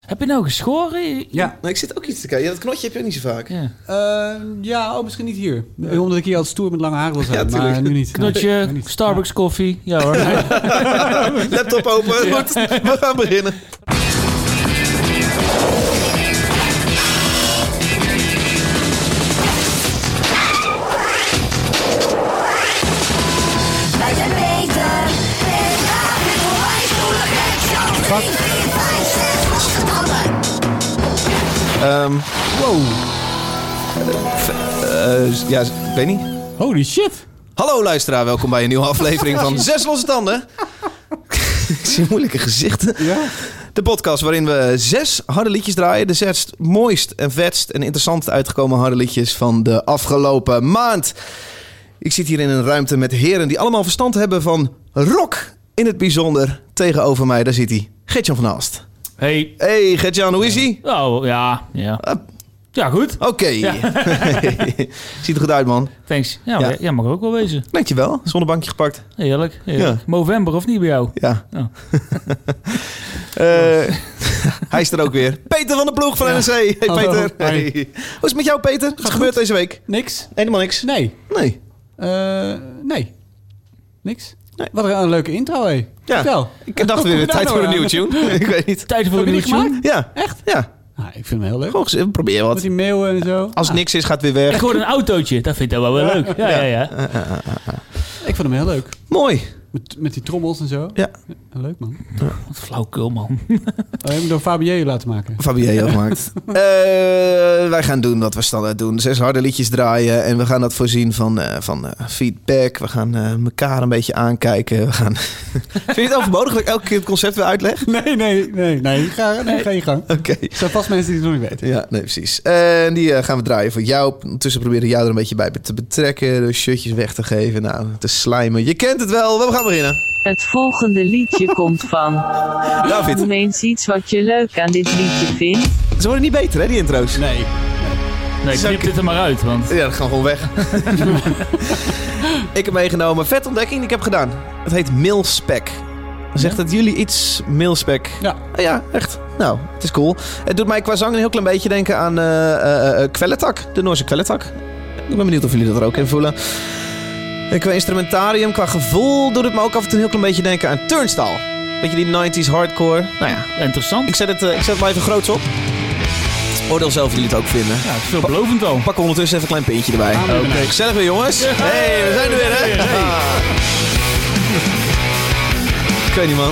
Heb je nou geschoren? Ja. Nou, ik zit ook iets te kijken. Ja, dat knotje heb je ook niet zo vaak. Ja. Misschien niet hier. Omdat ik hier al stoer met lange haar wil zijn. Ja, maar nu niet. Knotje, Nee, niet. Starbucks koffie. Ja hoor. Laptop open. Goed, we gaan beginnen. Wij zijn beter. Wow. Ja, ik weet niet. Holy shit. Hallo luisteraar, welkom bij een nieuwe aflevering van 6 Losse Tanden. Ik zie moeilijke gezichten. Ja. De podcast waarin we 6 harde liedjes draaien. De 6 mooist en vetst en interessant uitgekomen harde liedjes van de afgelopen maand. Ik zit hier in een ruimte met heren die allemaal verstand hebben van rock in het bijzonder. Tegenover mij, daar zit hij, Gert-Jan van Aalst. Hey. Hey Gert-Jan, hoe is hij? Oh, ja. Ja, goed. Oké. Ziet er goed uit, man. Thanks. Ja, Ja. jij mag er ook wel wezen. Dankjewel. Zonnebankje gepakt. Heerlijk. Ja. November of niet bij jou? Ja. Oh. Hij is er ook weer. Peter van de Ploeg van NRC. Hey Hallo. Peter. Hi. Hey. Hoe is het met jou, Peter? Wat is er gebeurd deze week? Niks? Helemaal niks? Nee. Nee. Nee. Niks? Nee. Wat een leuke intro, hé. Ja. Vertel. Ik dacht weer tijd voor een nieuwe tune. Ik weet niet. Tijd voor Heb een je nieuw die tune. Ja. Echt? Ja. Nou, ik vind hem heel leuk. Gewoon we proberen Met wat. die meeuwen en zo. Als het niks is, gaat het weer Ik weg. hoorde een autootje. Dat vind ik wel leuk. Ja. Ik vond hem heel leuk. Mooi. Met die trommels en zo. Ja. Leuk, man. Wat flauwkul, man. We hebben door Fabier laten maken. Fabier ook maakt. Wij gaan doen wat we standaard doen. 6 harde liedjes draaien. En we gaan dat voorzien van feedback. We gaan elkaar een beetje aankijken. We gaan... Vind je het overbodig dat ik elke keer het concept weer uitleg? Nee. Ga je gang. Oké. Er zijn vast mensen die het nog niet weten. Ja, nee, precies. En die gaan we draaien voor jou. Ondertussen proberen we jou er een beetje bij te betrekken. De shirtjes weg te geven. Nou, te slijmen. Je kent het wel. We gaan beginnen. Het volgende liedje komt van... David. Noem eens iets wat je leuk aan dit liedje vindt. Ze worden niet beter, hè, die intro's? Nee. Nee, knip dit er maar uit, want... Ja, dat gaan gewoon weg. Ik heb meegenomen vet ontdekking die ik heb gedaan. Het heet Milspec. Zegt het jullie iets, Milspec? Ja. Ja, echt. Nou, het is cool. Het doet mij qua zang een heel klein beetje denken aan Kwelletak. De Noorse Kwelletak. Ik ben benieuwd of jullie dat er ook in voelen. En qua instrumentarium, qua gevoel doet het me ook af en toe een heel klein beetje denken aan Turnstile. Weet je, die 90s hardcore. Nou ja, Interessant. ik zet het maar even groots op. Oordeel zelf of jullie het ook vinden. Ja, het is veelbelovend al. Pak ondertussen even een klein pintje erbij. Oké. Gezellig weer, jongens. Hey, we zijn er weer, hè? Ah. Ik weet niet, man.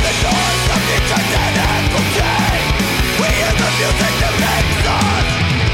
Music that makes us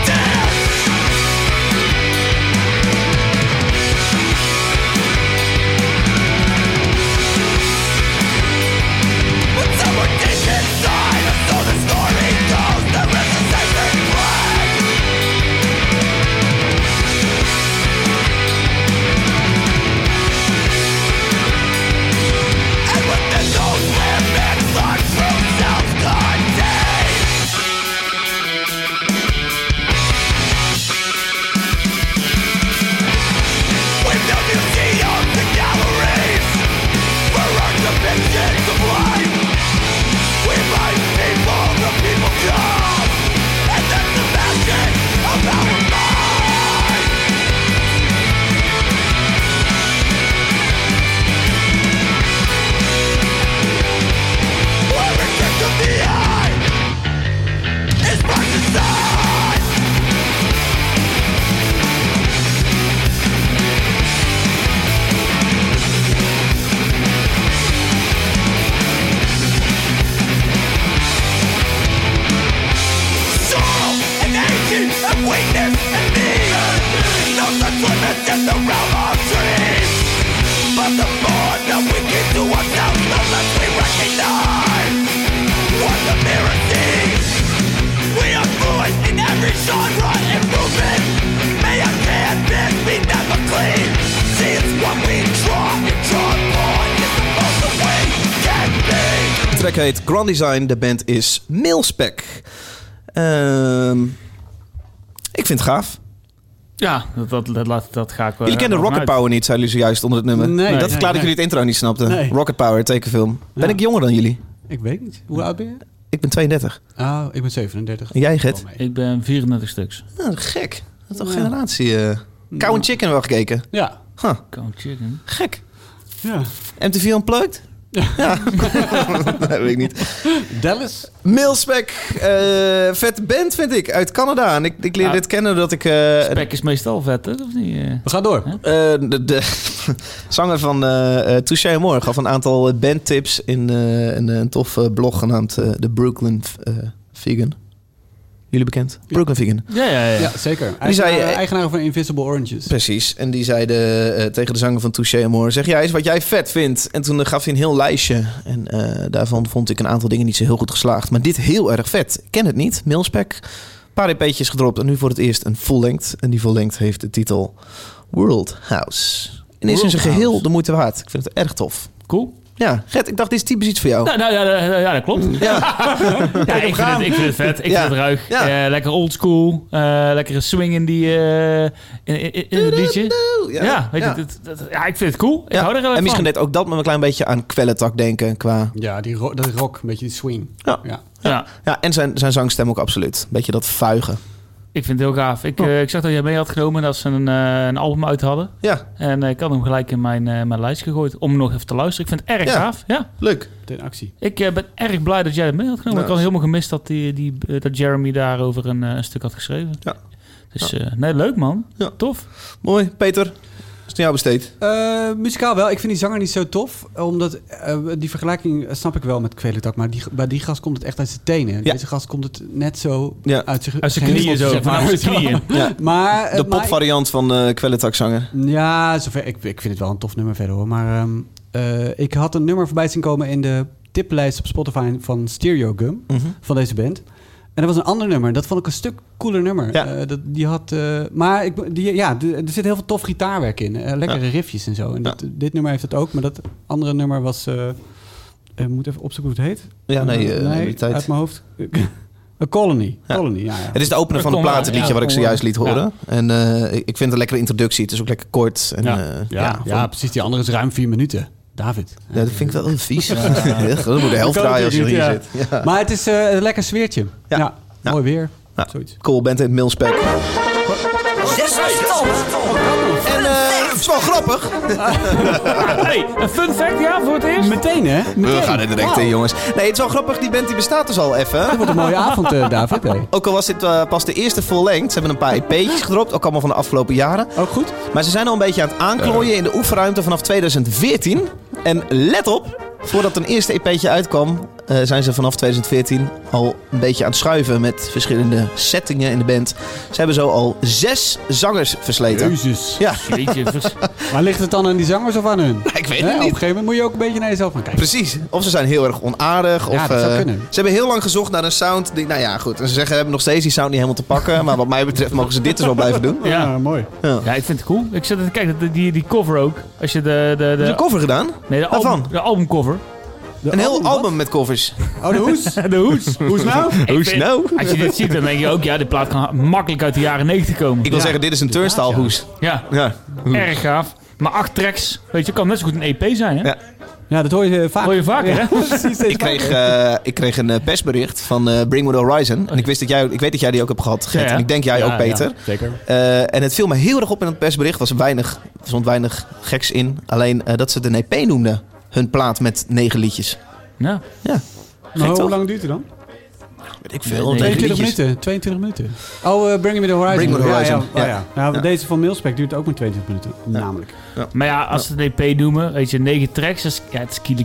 track heet Grand Design. De band is Mil-Spec. Ik vind het gaaf. Ja, dat ga ik wel. Jullie kennen Rocket Power niet, zeiden jullie zojuist onder het nummer. Nee. Dat verklaart dat jullie het intro niet snapten. Nee. Rocket Power, tekenfilm. Ben Ja. ik jonger dan jullie? Ik weet niet. Hoe oud ben je? Ik ben 32. Oh, ik ben 37. En jij, Gert? Oh, mee. Ik ben 34 stuks. Nou, gek. Dat is toch Ja. generatie... Cow and Chicken wel gekeken. Ja. Huh. Count chicken. Gek. Ja. MTV Unplugged? Ja. Dat weet ik niet. Dallas? Mil-Spec. Vette band vind ik. Uit Canada. En ik leerde dit kennen dat ik... Spek is meestal vet, hè? Of niet? We gaan door. de zanger van Touché Amore gaf een aantal bandtips in een tof blog genaamd de Brooklyn Vegan. Jullie bekend? Ja. Brooklyn Vegan. Ja, zeker. Die zei, Eigenaar van Invisible Oranges. Precies. En die zeiden tegen de zanger van Touché Amore... zeg jij eens wat jij vet vindt. En toen gaf hij een heel lijstje. En daarvan vond ik een aantal dingen niet zo heel goed geslaagd. Maar dit heel erg vet. Ik ken het niet. Mil-Spec. Een paar EP'tjes gedropt. En nu voor het eerst een full-length. En die full-length heeft de titel World House. En is in zijn geheel de moeite waard. Ik vind het erg tof. Cool. Ja, Gert, ik dacht, dit is typisch iets voor jou. Ja, dat klopt. Ja, Ja, ik vind het vet. Ik Ja. vind het ruig. Ja. Lekker oldschool. Lekkere swing in die in het liedje. Ja, weet je, ja, ik vind het cool. Ik hou er heel erg en misschien van. deed ook dat me een klein beetje aan Kwelletak denken qua... Ja, dat rock, een beetje die swing. Ja. Ja. Ja, en zijn zangstem ook absoluut. Een beetje dat vuigen. Ik vind het heel gaaf. Ik zag dat jij mee had genomen dat ze een album uit hadden. Ja, En ik had hem gelijk in mijn lijst gegooid om nog even te luisteren. Ik vind het erg Ja. gaaf. Ja. leuk. Meteen actie. Ik ben erg blij dat jij het mee had genomen. Nou, Ik had helemaal gemist dat Jeremy daarover een stuk had geschreven. Ja. Dus nee, leuk man. Ja. Tof. Mooi. Peter, is het aan jou besteed? Muzikaal wel. Ik vind die zanger niet zo tof. Omdat die vergelijking snap ik wel met Kwelletak. Maar bij die gast komt het echt uit zijn tenen. Ja. Deze gast komt het net zo Ja. uit zijn Uit zijn knieën zo. zeg maar. Vanaf zijn knieën. Ja. Maar, De popvariant van Kwelletak-zanger. Ja, zover, ik vind het wel een tof nummer verder hoor. Maar ik had een nummer voorbij zien komen in de tiplijst op Spotify van Stereo Gum. Van deze band. En dat was een ander nummer. Dat vond ik een stuk cooler nummer. Ja. Die had... maar er zit heel veel tof gitaarwerk in. Lekkere riffjes en zo. En dit nummer heeft het ook. Maar dat andere nummer was... ik moet even opzoeken hoe het heet. Ja, die tijd. uit mijn hoofd. A Colony. Ja. Colony, ja. Het is de opener van het Kom, platenliedje ja, wat ik zojuist liet horen. Ja. En ik vind het een lekkere introductie. Het is ook lekker kort. En, Ja, precies. Die andere is ruim 4 minuten. David. Ja, dat vind ik wel vies. Dat moet de helft draaien als je hier Ja. zit. Ja. Maar het is een lekker sfeertje. Ja. Ja. Ja. Mooi weer. Ja. Zoiets. Cool, band in Mil-Spec. En het is wel grappig. Hey, een fun fact, ja, voor het eerst. Meteen, hè? We gaan er direct in, jongens. Nee, het is wel grappig. Die band die bestaat dus al even. Het wordt een mooie avond, David. Hey. Ook al was dit pas de eerste full length. Ze hebben een paar EP'tjes gedropt. Ook allemaal van de afgelopen jaren. Ook goed? Maar ze zijn al een beetje aan het aanklooien in de oefenruimte vanaf 2014. En let op, voordat een eerste EP'tje uitkwam... zijn ze vanaf 2014 al een beetje aan het schuiven met verschillende settingen in de band. Ze hebben zo al 6 zangers versleten. Jezus. Ja, Jeetje, Maar ligt het dan aan die zangers of aan hun? ik weet Hè? het Op een niet. gegeven moment moet je ook een beetje naar jezelf gaan kijken. Precies. Of ze zijn heel erg onaardig. Ja, of, dat zou kunnen. Ze hebben heel lang gezocht naar een sound. Die, nou ja, goed. En ze zeggen, we hebben nog steeds die sound niet helemaal te pakken. Maar wat mij betreft mogen ze dit dus wel blijven doen. Ja. Mooi. Ja, ik vind het cool. Ik zit te kijken, die cover ook. Als je Heb je een cover gedaan? Nee, Waarvan? de albumcover. Een heel album met covers. Oh, de hoes. De hoes. Hoes nou? Hoe snel? Als je dit ziet, dan denk je ook, ja, dit plaat kan makkelijk uit de jaren 90 komen. Ik wil zeggen, dit is een turnstile hoes. Ja, Ja. erg gaaf. Maar 8 tracks, weet je, kan net zo goed een EP zijn, hè? Ja. Ja, dat hoor je vaak. Hoor je vaker, hè? Precies, steeds Ik kreeg een persbericht van Bring Me The Horizon. En ik weet dat jij die ook hebt gehad, Gert. Ja. En ik denk jij ook, Peter. Ja, zeker. En het viel me heel erg op in het persbericht. Er stond weinig geks in. Alleen dat ze het een EP noemden. Hun plaat met 9 liedjes. Ja. Ja, Maar toch? hoe lang duurt het dan? weet ik veel. Nee, 22 liedjes. minuten. 22 minuten. Oh, Bring Me The Horizon. Bring Me The Horizon, Ja, ja. ja. Ja. Deze van Mil-Spec duurt ook maar 22 minuten. Namelijk. Maar ja, als ze het EP noemen, weet je, 9 tracks, dat is, ja, het is kiele.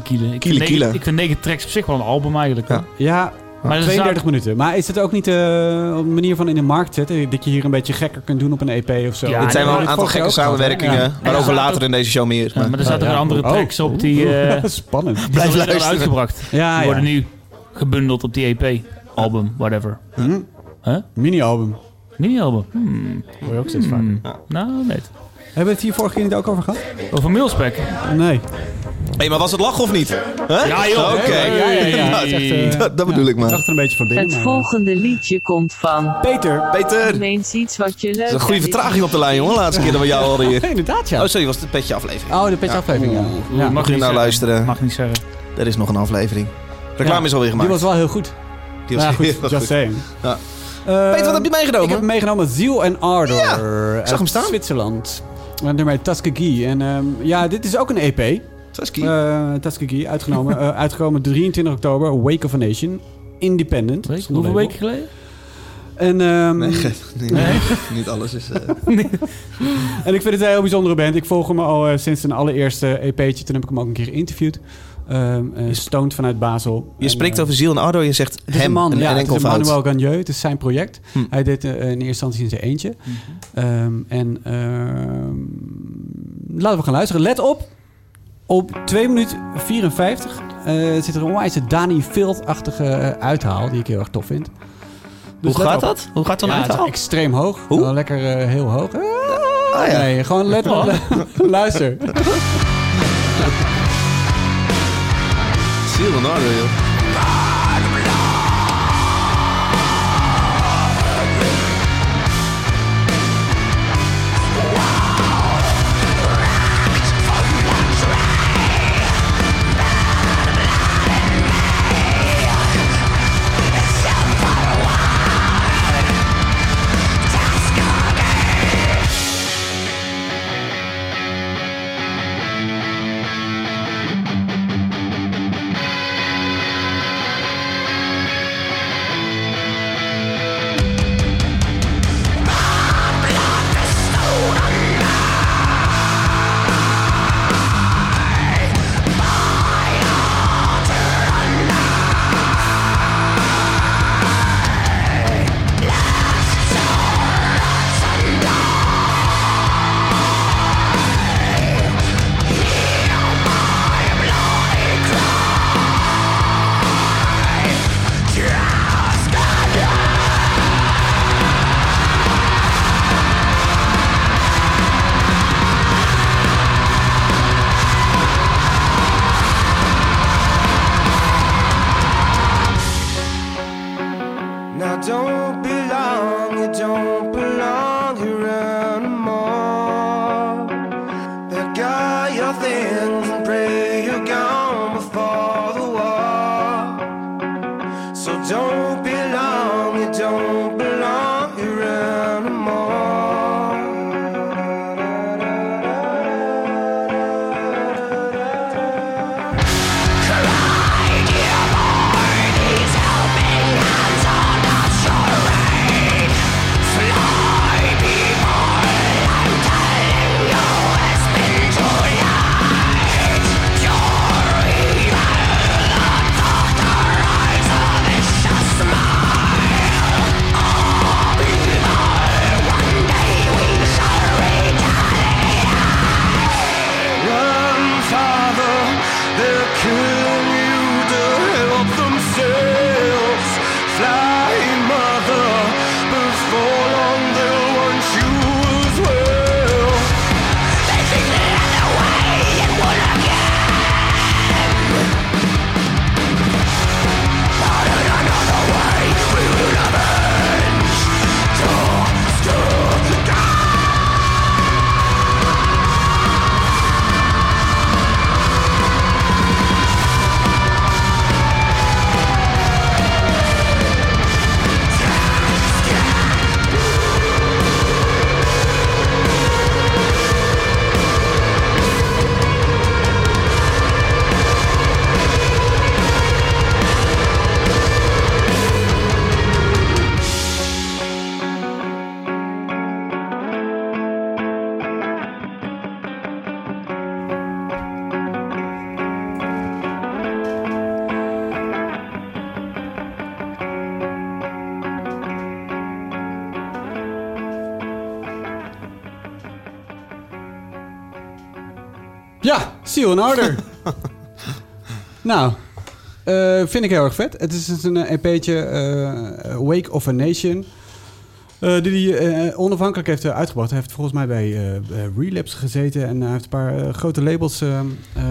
Ik vind 9 tracks op zich wel een album eigenlijk. Ja. hoor. Ja, Maar 32 minuten. Maar is het ook niet een manier van in de markt zetten? Dat je hier een beetje gekker kunt doen op een EP of zo? Ja, Het zijn wel een dat aantal vorige gekke keer ook gehad, hè? samenwerkingen. Ja. Waarover Ja. later in deze show meer. Ja, maar er zaten weer andere tracks op die Spannend. die Blijf worden luisteren. uitgebracht. Ja, Die worden ja. nu gebundeld op die EP. Album, whatever. Mini-album. Mini-album. Hoor je ook steeds vaker. Nou, nee. Hebben we het hier vorige keer niet ook over gehad? Over Mil-Spec. Nee. Hé, maar was het lachen of niet? Huh? Ja, joh. Oké. Ja. Het is echt, Dat bedoel ik maar. Het zag er een beetje van binnen. Het maar, volgende liedje komt van... Peter. Peter, Noem eens iets wat je leuk dat is een goede aan dit vertraging op de lijn, jongen. Laatste keer dat we jou hadden hier. Inderdaad, ja. Oh, sorry, was het een petje aflevering. Oh, de petje aflevering, ja. Ja. Mag je nou luisteren? Mag niet zeggen. Er is nog een aflevering. Reclame is alweer gemaakt. Die was wel heel goed. Die was Ja, goed, heel just goed. saying. Ja. Peter, wat heb je meegenomen? Ik heb meegenomen Ziel en Ardor. Ja, ik zag hem staan. Zwitserland. Het nummer Tuskegee. En dit is ook een EP. Tuskegee, uitgekomen 23 oktober. Wake of a Nation. Independent. Hoeveel weken geleden? En, Nee, niet alles is... en ik vind het een heel bijzondere band. Ik volg hem al sinds zijn allereerste EP'tje. Toen heb ik hem ook een keer geïnterviewd. Stoned vanuit Basel. Je spreekt over Ziel en Ardor. Je zegt Het is hem, een man, een het is enkelvoud. Manuel Gagneux. Het is zijn project. Hij deed in eerste instantie in zijn eentje. Laten we gaan luisteren. Let op. Op 2 minuten 54 zit er een onwijze Dani Filth-achtige uithaal... die ik heel erg tof vind. Dus Hoe gaat dat? Hoe gaat zo'n het is uithaal? extreem hoog. Hoe? Wel lekker heel hoog. ja. Nee, gewoon luister. Ziel en Ardor, joh. Now don't belong, you don't belong here anymore. Pack all your things and pray you're gone before the war. So don't belong, you don't belong here anymore. Run, Father, they're killing you to help themselves. Fly, Mother, before long they'll want you as well. They think they have their way and won again. But in another way, we will avenge. Ja, Seal and Ardor. Nou, vind ik heel erg vet. Het is dus een EP'tje, Wake of a Nation. Die hij onafhankelijk heeft uitgebracht. Hij heeft volgens mij bij Relapse gezeten. En hij heeft een paar grote labels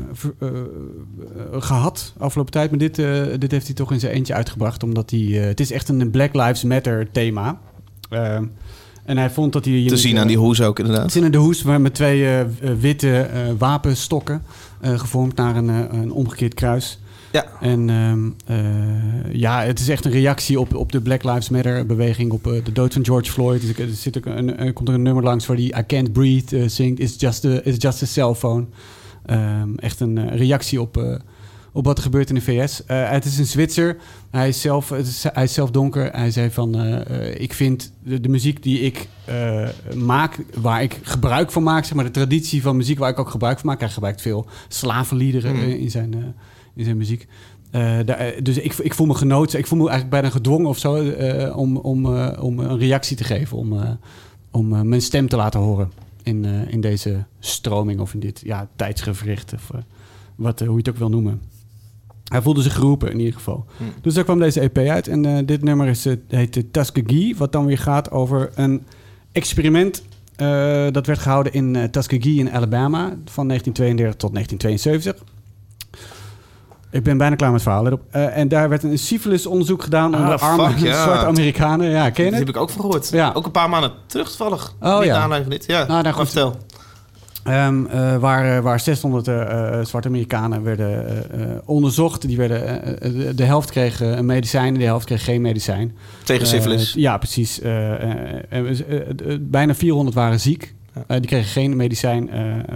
gehad afgelopen tijd. Maar dit heeft hij toch in zijn eentje uitgebracht. Omdat hij... het is echt een Black Lives Matter thema. En hij vond dat hij... Te zien aan die hoes ook inderdaad. Te zien aan de hoes met 2 witte wapenstokken. Gevormd naar een omgekeerd kruis. Ja. En het is echt een reactie op de Black Lives Matter beweging, op de dood van George Floyd. Dus komt er een nummer langs waar die I Can't Breathe zingt. It's just a cell phone. Echt een reactie op wat er gebeurt in de VS. Het is een Zwitser. Hij is zelf donker. Hij zei van, ik vind de muziek die ik maak, waar ik gebruik van maak, zeg maar de traditie van muziek waar ik ook gebruik van maak. Hij gebruikt veel slavenliederen in zijn muziek. Dus ik voel me genoodzaakt. Ik voel me eigenlijk bijna gedwongen of zo om een reactie te geven. Om mijn stem te laten horen in deze stroming of in dit tijdsgewricht. Of hoe je het ook wil noemen. Hij voelde zich geroepen in ieder geval. Dus daar kwam deze EP uit. En dit nummer heet Tuskegee. Wat dan weer gaat over een experiment. Dat werd gehouden in Tuskegee in Alabama. Van 1932 tot 1972. Ik ben bijna klaar met het verhaal. En daar werd een syphilisonderzoek gedaan onder arme zwarte Amerikanen. Ja, ken je het? Dat heb ik ook van gehoord. Ja. Ook een paar maanden terug toevallig. Oh, niet ja. naar aanleiding van dit. Ja, nou, goed. vertel. Waar 600 zwarte Amerikanen werden onderzocht. Die werden, de helft kreeg een medicijn en de helft kreeg geen medicijn. Tegen syphilis. Ja, precies. Bijna 400 waren ziek. Die kregen geen medicijn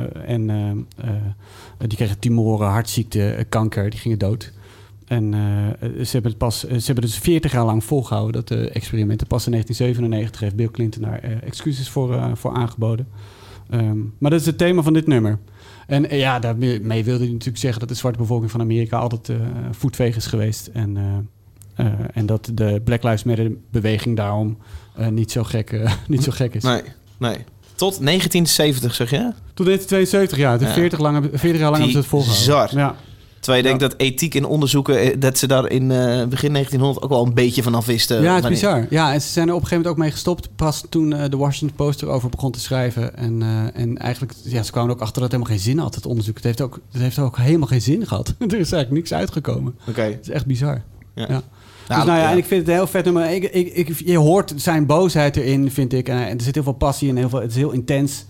die kregen tumoren, hartziekte, kanker. Die gingen dood. En ze hebben dus 40 jaar lang volgehouden, dat experiment. Pas in 1997 heeft Bill Clinton daar excuses voor aangeboden. Maar dat is het thema van dit nummer. En daarmee wilde hij natuurlijk zeggen dat de zwarte bevolking van Amerika altijd voetveeg is geweest. En dat de Black Lives Matter beweging daarom niet zo gek is. Nee. Tot 1970, zeg je? Tot 1972, ja. 40 jaar lang hebben ze het volgehouden. Bizar. Ja. Terwijl je denkt dat ethiek in onderzoeken, dat ze daar in begin 1900 ook wel een beetje vanaf wisten. Ja, het is bizar. Ja, en ze zijn er op een gegeven moment ook mee gestopt. Pas toen de Washington Post erover begon te schrijven. En eigenlijk, ze kwamen ook achter dat het helemaal geen zin had, het onderzoek. Het heeft ook helemaal geen zin gehad. Er is eigenlijk niks uitgekomen. Oké. Het is echt bizar. Ja. Nou, dus en ik vind het een heel vet nummer. Je hoort zijn boosheid erin, vind ik. En er zit heel veel passie in. Het is heel intens.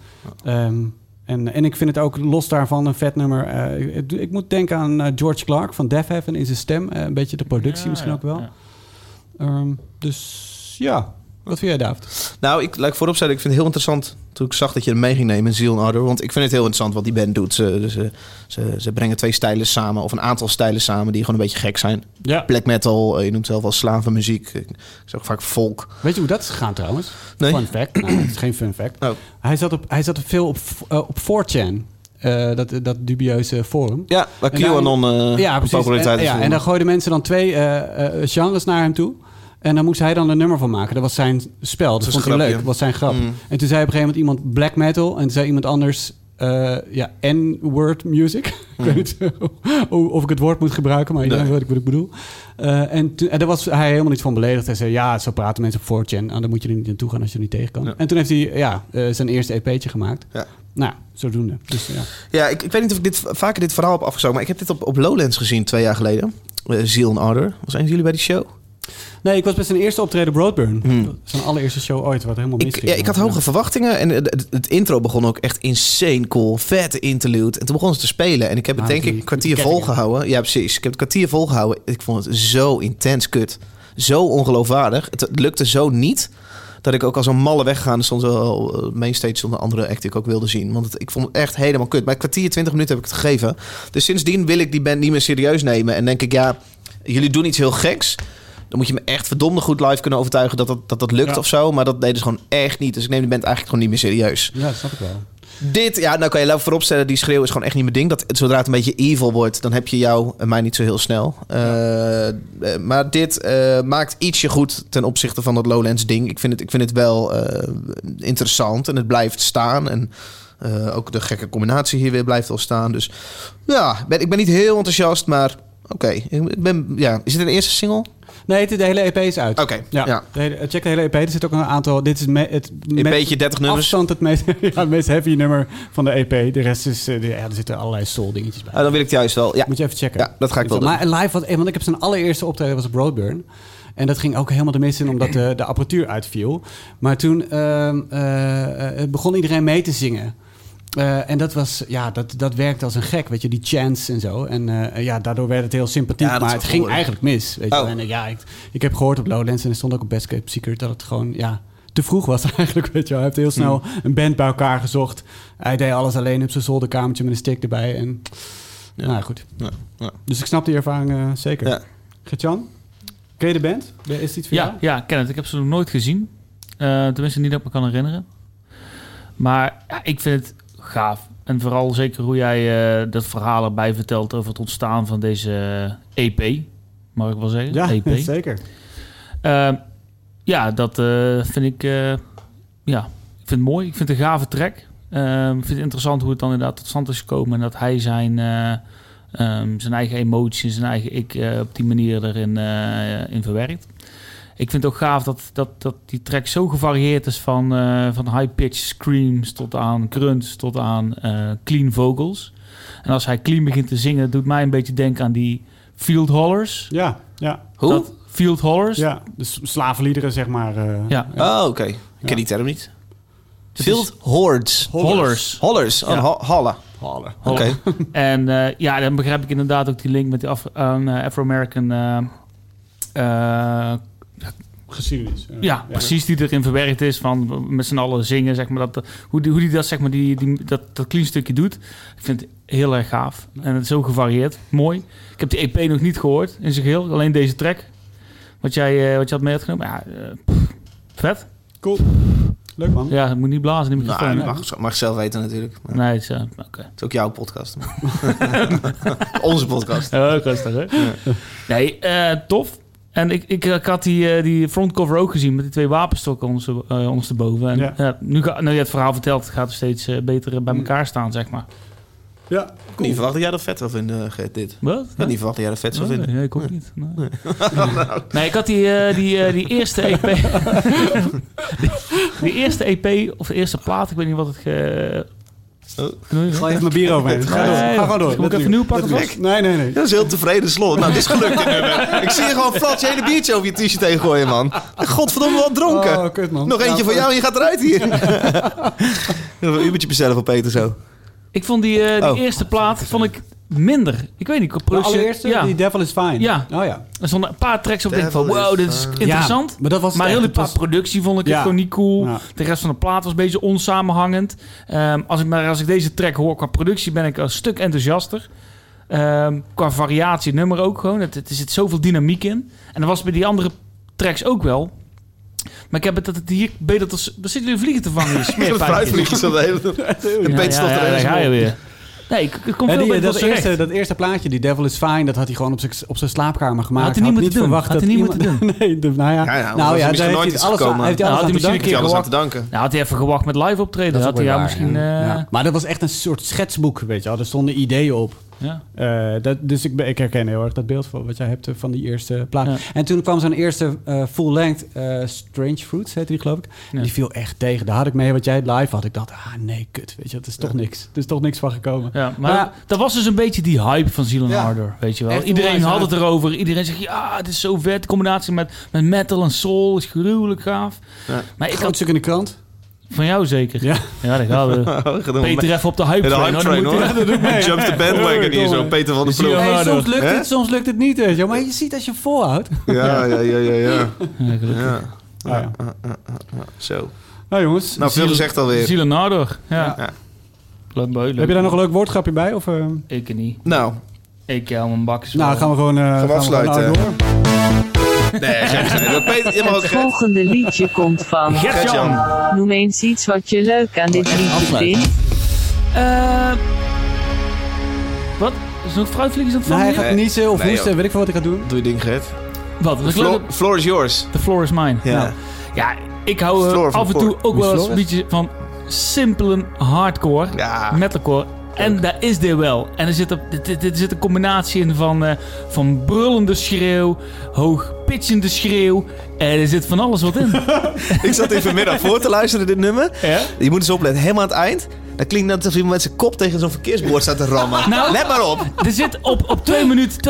En ik vind het ook los daarvan een vet nummer. Ik moet denken aan George Clark van Death Heaven in zijn stem. Een beetje de productie misschien ook wel. Ja. Dus ja, wat vind jij, David? Nou, laat ik vooropstellen, ik vind het heel interessant toen ik zag dat je hem mee ging nemen, Zeal and Ardor. Want ik vind het heel interessant wat die band doet. Ze brengen 2 stijlen samen, of een aantal stijlen samen die gewoon een beetje gek zijn. Ja. Black metal, je noemt zelf wel slavenmuziek. Ik zeg ook vaak folk. Weet je hoe dat is gegaan trouwens? Nee. Fun fact. Nou, het is geen fun fact. Oh. Hij zat veel op 4chan. Dat dubieuze forum. Ja, waar QAnon populariteit is. En dan gooiden mensen dan 2 genres naar hem toe. En dan moest hij dan een nummer van maken. Dat was zijn spel. Dat vond hij leuk. Dat was zijn grap. En toen zei op een gegeven moment iemand black metal. En toen zei iemand anders N-word music. Ik weet niet of ik het woord moet gebruiken. Maar iedereen weet wat ik bedoel. En daar was hij helemaal niet van beledigd. Hij zei, zo praten mensen op 4chan. Nou, dan moet je er niet naartoe gaan als je er niet tegen kan. Ja. En toen heeft hij zijn eerste EP'tje gemaakt. Ja. Nou, zodoende. Dus, ja, ik weet niet of ik vaker dit verhaal heb afgezogen. Maar ik heb dit op Lowlands gezien 2 jaar geleden. Zeal and Ardor. Was een van jullie bij die show? Nee, ik was bij zijn eerste optreden Broadburn. Zijn allereerste show ooit, wat helemaal misging. Ik had hoge verwachtingen en het intro begon ook echt insane cool. Vette interlude. En toen begonnen ze te spelen. En ik heb het denk ik een kwartier volgehouden. Ja, precies. Ik heb het kwartier volgehouden. Ik vond het zo intens kut. Zo ongeloofwaardig. Het lukte zo niet dat ik ook als een malle weggegaan. Er stond wel mainstage zonder andere act die ik ook wilde zien. Want ik vond het echt helemaal kut. Maar een kwartier, 20 minuten heb ik het gegeven. Dus sindsdien wil ik die band niet meer serieus nemen. En denk ik, jullie doen iets heel geks. Dan moet je me echt verdomde goed live kunnen overtuigen dat lukt of zo. Maar dat deden ze gewoon echt niet. Dus ik neem die band eigenlijk gewoon niet meer serieus. Ja, dat snap ik wel. Dit, nou kan je vooropstellen, die schreeuw is gewoon echt niet mijn ding. Zodra het een beetje evil wordt, dan heb je jou en mij niet zo heel snel. Maar dit maakt ietsje goed ten opzichte van dat Lowlands ding. Ik vind het wel interessant en het blijft staan. En ook de gekke combinatie hier weer blijft wel staan. Dus ja, ik ben niet heel enthousiast, maar Oké. Ik ben... Ja. Is het een eerste single? Nee, de hele EP is uit. Oké. Ja. Check de hele EP. Er zit ook een aantal... Dit is het Een beetje 30 nummers. afstand het meest heavy nummer van de EP. De rest is... er zitten allerlei soul dingetjes bij. Dan wil ik het juist wel. Ja. Moet je even checken. Ja, dat ga ik wel doen. Maar live, want ik heb zijn allereerste optreden was op Broadburn. En dat ging ook helemaal de mist in, omdat de apparatuur uitviel. Maar toen begon iedereen mee te zingen. En dat was, dat werkte als een gek, weet je, die chants en zo. En daardoor werd het heel sympathiek, maar het ging eigenlijk mis, weet je. En ik heb gehoord op Lowlands en er stond ook op Best Kept Secret dat het gewoon, te vroeg was eigenlijk, weet je. Hij heeft heel snel een band bij elkaar gezocht. Hij deed alles alleen op zijn zolderkamertje met een stick erbij. En, nou goed. Ja. Dus ik snap die ervaring zeker. Ja. Gert-Jan, ken je de band? Is het iets voor jou? Ja, ken het. Ik heb ze nog nooit gezien. Tenminste, niet dat ik me kan herinneren. Maar ik vind het gaaf. En vooral zeker hoe jij dat verhaal erbij vertelt over het ontstaan van deze EP. Mag ik wel zeggen? Ja, EP. Zeker. Dat vind ik... ik vind het mooi. Ik vind het een gave track. Ik vind het interessant hoe het dan inderdaad tot stand is gekomen. En dat hij zijn eigen emoties en zijn eigen ik op die manier erin in verwerkt. Ik vind het ook gaaf dat die track zo gevarieerd is van high-pitched screams tot aan grunts tot aan clean vocals. En als hij clean begint te zingen, doet mij een beetje denken aan die Field Hollers. Ja. Hoe? Field Hollers. Ja, dus slavenliederen, zeg maar. Oh, oké. Ik ken die term niet. Field Hordes. Hollers. Holla. Oké. En dan begrijp ik inderdaad ook die link met die Afro-American... geschiedenis. Precies, die erin verwerkt is van met z'n allen zingen, zeg maar, hoe die dat, zeg maar, dat klein stukje doet. Ik vind het heel erg gaaf. En het is zo gevarieerd. Mooi. Ik heb die EP nog niet gehoord in zijn geheel. Alleen deze track. Wat je had mee had genomen. Vet. Cool. Leuk, man. Ja, het moet niet blazen. Niet Mag zelf weten natuurlijk. Maar nee, het is oké. Het is ook jouw podcast. Onze podcast. Rustig, hè? Ja. Nee, tof. En ik had die frontcover ook gezien met die 2 wapenstokken ondersteboven. En nu je het verhaal vertelt, gaat het steeds beter bij elkaar staan, zeg maar. Ja, cool. Ik niet verwacht dat jij dat vet zou vinden, dit. Wat? Ik had niet verwacht dat jij dat vet zou vinden. Nee, ik ook niet. Nee, ik had die eerste EP... die eerste EP, of de eerste plaat, ik weet niet wat het... Ga even mijn bier overheen. Ga gewoon door. Moet ik even nieuw pakken? Nee. Dat is heel tevreden slot. Nou, dit is gelukt. Ik zie je gewoon Frans je hele biertje over je t-shirt heen gooien, man. Godverdomme, wat dronken. Oh, kut, man. Nog eentje van jou en je gaat eruit hier. Een Ubertje bestellen voor Peter zo. Ik vond die eerste plaat minder. Ik weet niet. De allereerste? Die Devil is Fine. Ja. Oh ja. Er stonden een paar tracks op. Denk van, wow, dit is interessant. Ja, maar heel die productie vond ik gewoon niet cool. Ja. De rest van de plaat was een beetje onsamenhangend. Als ik deze track hoor qua productie, ben ik een stuk enthousiaster. Qua variatie, nummer ook gewoon. Er zit zoveel dynamiek in. En dat was bij die andere tracks ook wel. Maar ik heb het hier beter tot... Wat zitten jullie vliegen te vangen? Je fruitvliegjes al de hele... De beet daar ga je weer. Nee, ik kom veel beter dat eerste plaatje, die Devil is Fine, dat had hij gewoon op zijn slaapkamer gemaakt. Had hij niet moeten doen. Had hij niet moeten doen. Nee, daar heeft hij alles aan te danken. Nou, had hij even gewacht met live optreden. Had hij misschien... Maar dat was echt een soort schetsboek, weet je wel. Er stonden ideeën op. Ja. Dus ik herken heel erg dat beeld van wat jij hebt van die eerste plaat. Ja. En toen kwam zo'n eerste full-length Strange Fruits, heette die geloof ik. Ja. Die viel echt tegen. Daar had ik mee wat jij live had. Ik dacht, nee, kut. Weet je, dat is toch niks. Er is toch niks van gekomen. Ja, maar dat was dus een beetje die hype van Ziel en Ardor, weet je wel. Iedereen had het erover. Iedereen zegt, het is zo vet. De combinatie met metal en soul is gruwelijk gaaf. Ja. Maar ik had stuk in de krant. Van jou zeker? Ja, dat gaan we. Peter even op de hype train. De hype train, Jump the bandwagon hier zo. Peter van der Ploeg. Hey, soms lukt het niet, weet je. Maar je ziet als je volhoudt. Ja. Zo. Nou jongens. Nou, veel gezegd alweer. Ziel en Ardor. Ja. Leuk. Heb je daar nog een leuk woordgrapje bij? Of, Ik niet. Nou. Ik hou mijn bakjes. Nou, gaan we gewoon afsluiten. Nee, het volgende liedje komt van Gert-Jan. Noem eens iets wat je leuk aan dit liedje vindt. Wat? Is er nog fruitvliegjes aan het vallen? Nee, hij gaat niezen of hoesten. Weet ik veel wat ik ga doen. Doe je ding, Gert. Wat? Floor is yours. The floor is mine. Ja, ik hou af en toe ook wel eens een beetje van simpele hardcore, metalcore. En daar is dit wel. En er zit een combinatie in van brullende schreeuw, hoogpitchende schreeuw. En er zit van alles wat in. Ik zat hier vanmiddag voor te luisteren, dit nummer. Ja? Je moet eens opletten, helemaal aan het eind. Dat klinkt net alsof iemand met zijn kop tegen zo'n verkeersbord staat te rammen. Nou, let maar op. Er zit op 2 minuten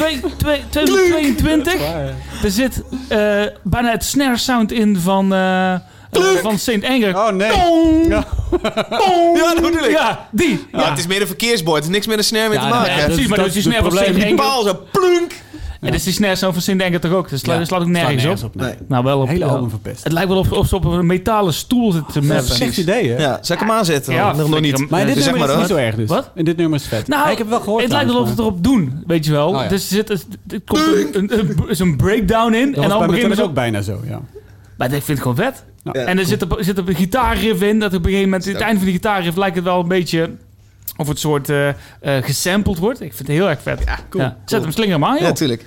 22. Er zit bijna het snare sound in van Saint Anger. Oh nee. Tong! Ja. Tong! Ja, dat bedoel ik. Ja, die. Ja, het is meer een verkeersbord. Het is niks met een snare mee te Ja, maken. Ja, precies, maar dat is die snare van Saint Die Anger. paal zo plunk. En dat is die snare sound van Saint Anger toch ook? Dat slaat ook nergens op. Nee. Nou, wel op. Hele album verpest. Het lijkt wel of ze op een metalen stoel zitten te Dat is een meppen. slecht idee, hè? Ja, zal ik hem aanzetten? Ja, Nog flikker niet. hem. Maar in dit Dus zeg nummer is maar het niet zo erg dus. Wat? In dit nummer is het vet. Nou, ik heb het wel gehoord. Het lijkt wel of ze het erop doen, weet je wel. Oh, ja. Dus er komt een breakdown in. Dat En was dan bij beginnen Metallica ze ook bijna zo, ja. Maar ik vind het gewoon vet. Ja. En er zit een gitaarriff in. Dat op een gegeven moment, het einde van die gitaarriff lijkt het wel een beetje of het soort gesampled wordt. Ik vind het heel erg vet. Ja, cool. Ja. Zet hem slinger maar aan, joh. Ja, tuurlijk.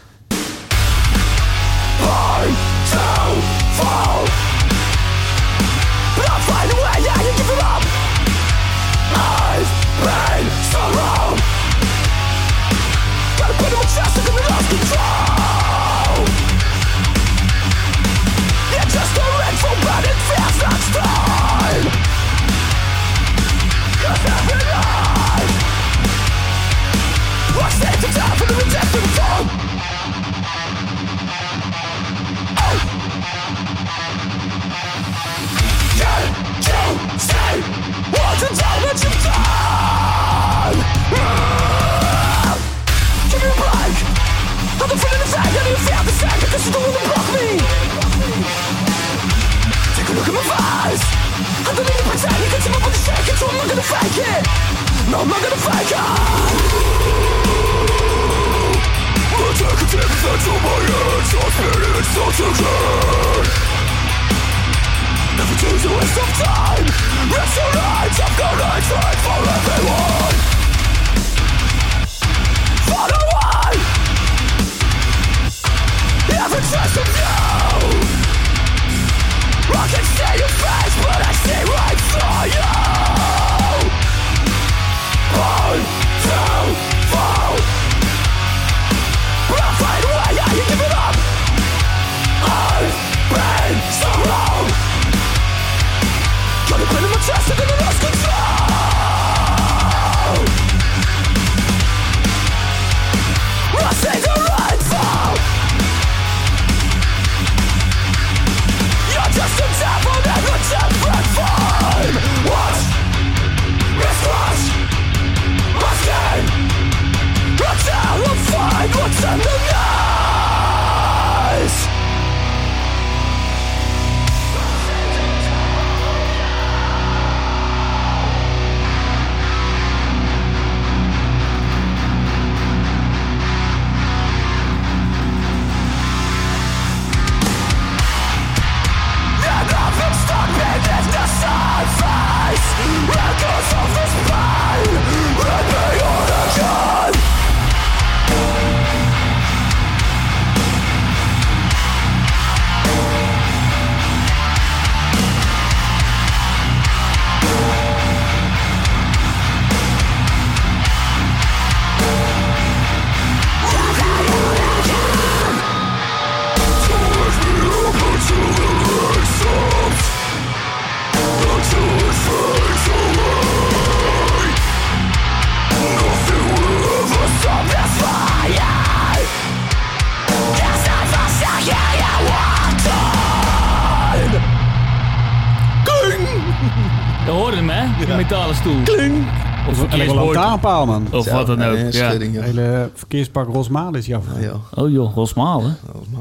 Je hoorde hem, hè? Die metalen stoel. Kling! Of een lantaarnpaal, man. Of wat dan ook. Ja. Het hele verkeerspark Rosmalen is jouw vraag. Ja. Oh joh, Rosmalen.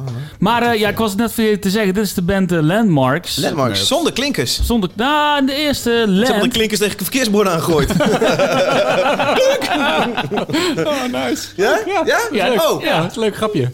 Maar ja, ik was het net vergeten te zeggen. Dit is de band Landmarks. Landmarks, zonder klinkers. Ze Zonder, nou, de eerste Land... hebben de klinkers tegen verkeersborden aangegooid. Oh, nice. Ja? Ja? Ja, Oh. ja. Dat is een leuk grapje.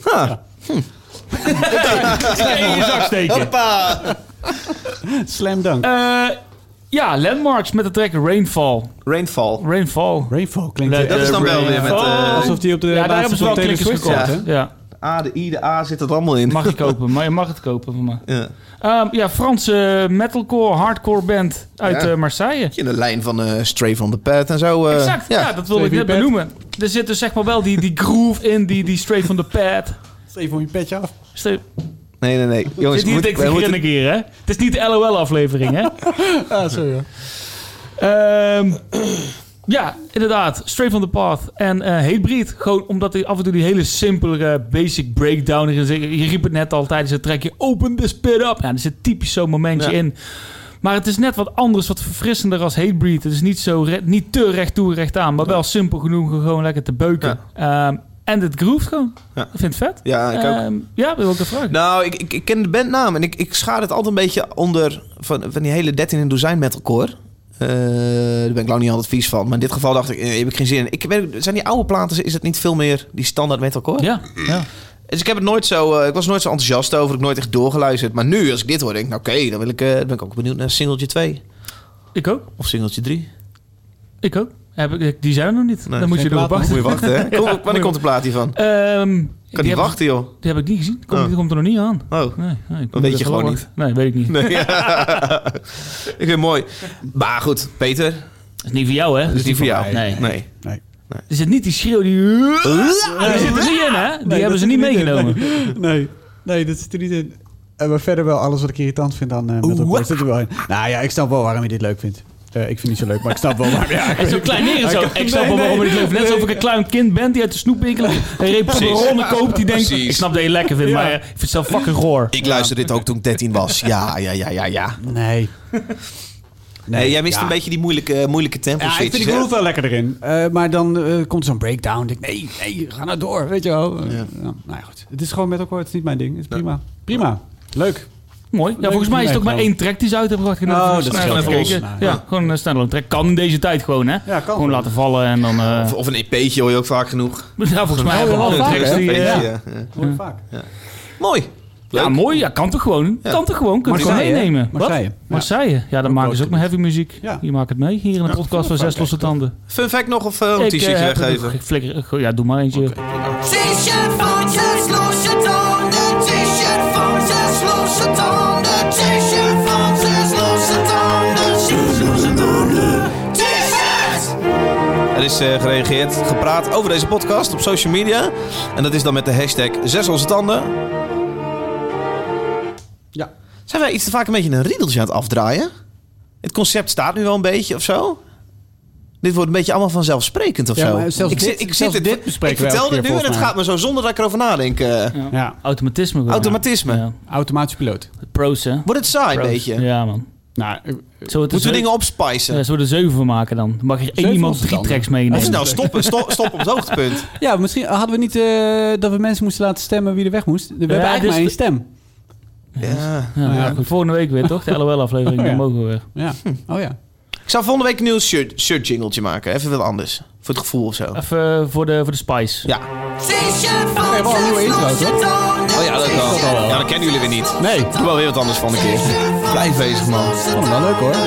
In je zak steken. Hoppa. Slam dunk. Ja, Landmarks met de track Rainfall. Rainfall. Rainfall. Rainfall klinkt Let Dat is dan wel weer met... Rainfall. alsof die op de Ja, daar hebben laatste ze wel van Taylor klinkers Swift gekocht, zat, hè? hè? Ja. A, de I, de A zit er allemaal in. Mag je kopen, maar je mag het kopen van me. Ja. Franse metalcore, hardcore band uit Marseille. In de lijn van Stray from the Path en zo. Exact, ja, dat wilde ik net benoemen. Er zit dus zeg maar wel die groove in, die Stray from the Path. Steef van je petje af. Nee. Jongens, Dit is niet een keer, hè? Het is niet de LOL-aflevering, hè? Sorry hoor. Ja, inderdaad. Stray from the Path en Hatebreed. Gewoon omdat hij af en toe die hele simpele basic breakdown erin zit. Je riep het net al tijdens het trekje. Open this pit up. Ja, er zit typisch zo'n momentje in. Maar het is net wat anders, wat verfrissender als Hatebreed. Het is niet te recht toe, recht aan. Maar wel simpel genoeg om gewoon lekker te beuken. Ja. En het groeft gewoon. Ja. Ik vind het vet. Ja, ik ook. Ja, wil ik een vraag. Nou, ik ken de bandnaam. En ik schaar het altijd een beetje onder van die hele 13 in dozijn metalcore. Daar ben ik lang niet altijd vies van. Maar in dit geval dacht ik, heb ik geen zin in. Zijn die oude platen, is het niet veel meer die standaard metalcore? Ja. Dus ik heb het nooit zo... ik was nooit zo enthousiast over. Ik heb nooit echt doorgeluisterd. Maar nu, als ik dit hoor, denk ik... Nou, oké, dan ben ik ook benieuwd naar singeltje 2. Ik ook. Of singeltje 3. Ik ook. Die zijn er nog niet. Nee, dan moet je erop wachten. Moet je wachten, hè? Wanneer komt de plaat hiervan? Kan die wachten, joh? Die heb ik niet gezien. Die komt er nog niet aan. Oh, nee, dat weet je gewoon niet. Nee, weet ik niet. Nee. Ik vind het mooi. Maar goed, Peter. Dat is niet voor jou, hè? Dat is niet voor jou. Nee. Er zit niet die schreeuw die... Die zit er niet in, hè? Die hebben ze niet meegenomen. Nee, dat zit er niet in. Maar verder wel alles wat ik irritant vind aan metalcore zit er wel in. Nou ja, ik snap wel waarom je dit leuk vindt. Ik vind het niet zo leuk, maar ik snap wel waarom. Ja, zo klein neer zo. Ik snap wel waarom je het leuk vindt. Net alsof ik een klein kind ben die uit de snoepwinkel een reep ronde koopt. Die denkt, ik snap dat je lekker vindt, maar ik vind het zelf fucking goor. Ik luisterde dit ook toen ik 13 was. Ja. Nee, jij mist een beetje die moeilijke tempo switches. Ja, ik vind die groove wel lekker erin. Maar dan komt zo'n breakdown. Ik denk, nee, ga nou door, weet je wel. Nou ja, goed. Het is gewoon metalcore, het is niet mijn ding. Het is prima. Prima. Leuk. Mooi. Ja, volgens mij is het ook maar 1 track die ze uit hebben gebracht. Dat is even gekeken. Ja, gewoon een standalone track. Kan in deze tijd gewoon, hè? Ja, kan. Gewoon laten vallen en dan... Of een EP'tje hoor je ook vaak genoeg. Ja, volgens mij hebben we alle tracks die... Hoor je vaak. Mooi. Leuk. Ja, mooi. Ja, kan toch gewoon. Kan toch gewoon. Kun je gewoon meenemen. Marseille. Ja, dan maken ze ook maar heavy muziek. Ja. Je maakt het mee hier in de podcast van 6 losse tanden. Fun fact nog of een t-shirtje weggeven? Ja, doe maar eentje. T-shirt van 6 losse tanden. T-shirt van 6 losse tanden. T-shirt van 6 losse tanden. 6 losse tanden. T-shirt! Er is gereageerd, gepraat over deze podcast op social media. En dat is dan met de hashtag 6 losse tanden. Ja. Zijn wij iets te vaak een beetje een riedeltje aan het afdraaien? Het concept staat nu wel een beetje of zo. Dit wordt een beetje allemaal vanzelfsprekend of zo. Maar zelfs dit bespreken ik vertel dit nu en het gaat me zo zonder dat ik erover nadenk. Ja. Automatisme. Ja. Automatische piloot. Pro's, hè? Wordt het saai een beetje? Ja, man. Nou, moeten we dingen opspicen? Ja, zullen we er 7 van maken dan? Dan mag er één iemand 3 tracks meenemen. Nou, stop op het hoogtepunt. Ja, misschien hadden we niet dat we mensen moesten laten stemmen wie er weg moest. We hebben eigenlijk maar 1 stem. Ja. Goed, volgende week weer, toch? De LOL-aflevering, dan mogen we weer. Ja. Oh ja. Ik zou volgende week een nieuw shirt jingletje maken. Even wat anders. Voor het gevoel of zo. Even voor de spice. Ja. T-shirt van We hebben al een nieuwe intro, toch? Oh ja, dat kan. Ja, dat kennen jullie weer niet. Nee. Doe wel weer wat anders van een keer. Blijf bezig, man. Ik vond hem wel leuk, hoor.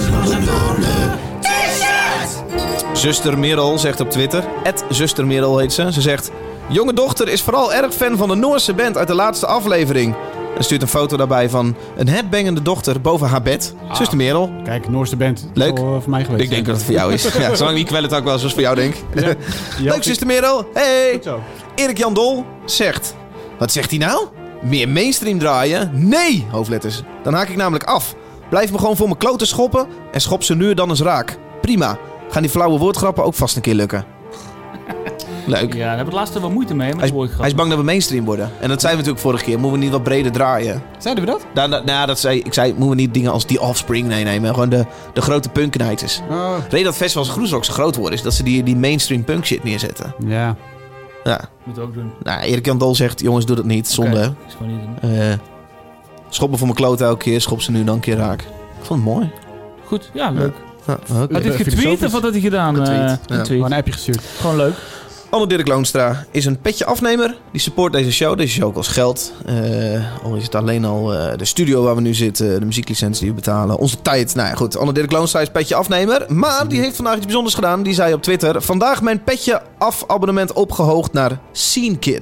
Zuster Merel zegt op Twitter. @Zuster Merel heet ze. Ze zegt... Jonge dochter is vooral erg fan van de Noorse band uit de laatste aflevering. En stuurt een foto daarbij van een headbangende dochter boven haar bed. Zuster Merel. Kijk, Noorse band. Leuk. Voor mij geweest. Ik denk dat het voor jou is. Ja, zolang niet kwellen het ook wel zoals voor jou denk. Ja. Leuk, Zuster Merel. Hey. Goed zo. Erik Jan Dol zegt... Wat zegt hij nou? Meer mainstream draaien? Nee, hoofdletters. Dan haak ik namelijk af. Blijf me gewoon voor mijn kloten schoppen en schop ze nu en dan eens raak. Prima. Gaan die flauwe woordgrappen ook vast een keer lukken. Leuk. Ja, daar heb ik laatst wel moeite mee. Hij is bang dat we mainstream worden. En dat zeiden we natuurlijk vorige keer. Moeten we niet wat breder draaien? Zeiden we dat? Ik zei, moeten we niet dingen als die Offspring meenemen. Gewoon de grote punknighters. Oh. Reden dat festivals Groesrock zo groot worden... is dat ze die mainstream punk shit neerzetten. Ja. Moet ook doen. Nou, Erik Jan Dol zegt... Jongens, doe dat niet. Zonde. Okay. Is gewoon niet doen. Schoppen voor mijn kloten elke keer. Schop ze nu dan een keer raak. Ik vond het mooi. Goed, ja, leuk. Ja, had hij het getweet of wat had hij gedaan? Getweet. Gewoon een appje gestuurd. Gewoon leuk. Anne Dirk Loonstra is een petje afnemer. Die support deze show. Deze show kost geld. Al is het alleen al de studio waar we nu zitten. De muzieklicentie die we betalen. Onze tijd. Nou ja, goed. Anne Dirk Loonstra is petje afnemer. Maar die heeft vandaag iets bijzonders gedaan. Die zei op Twitter... Vandaag mijn petje af abonnement opgehoogd naar Scene Kit.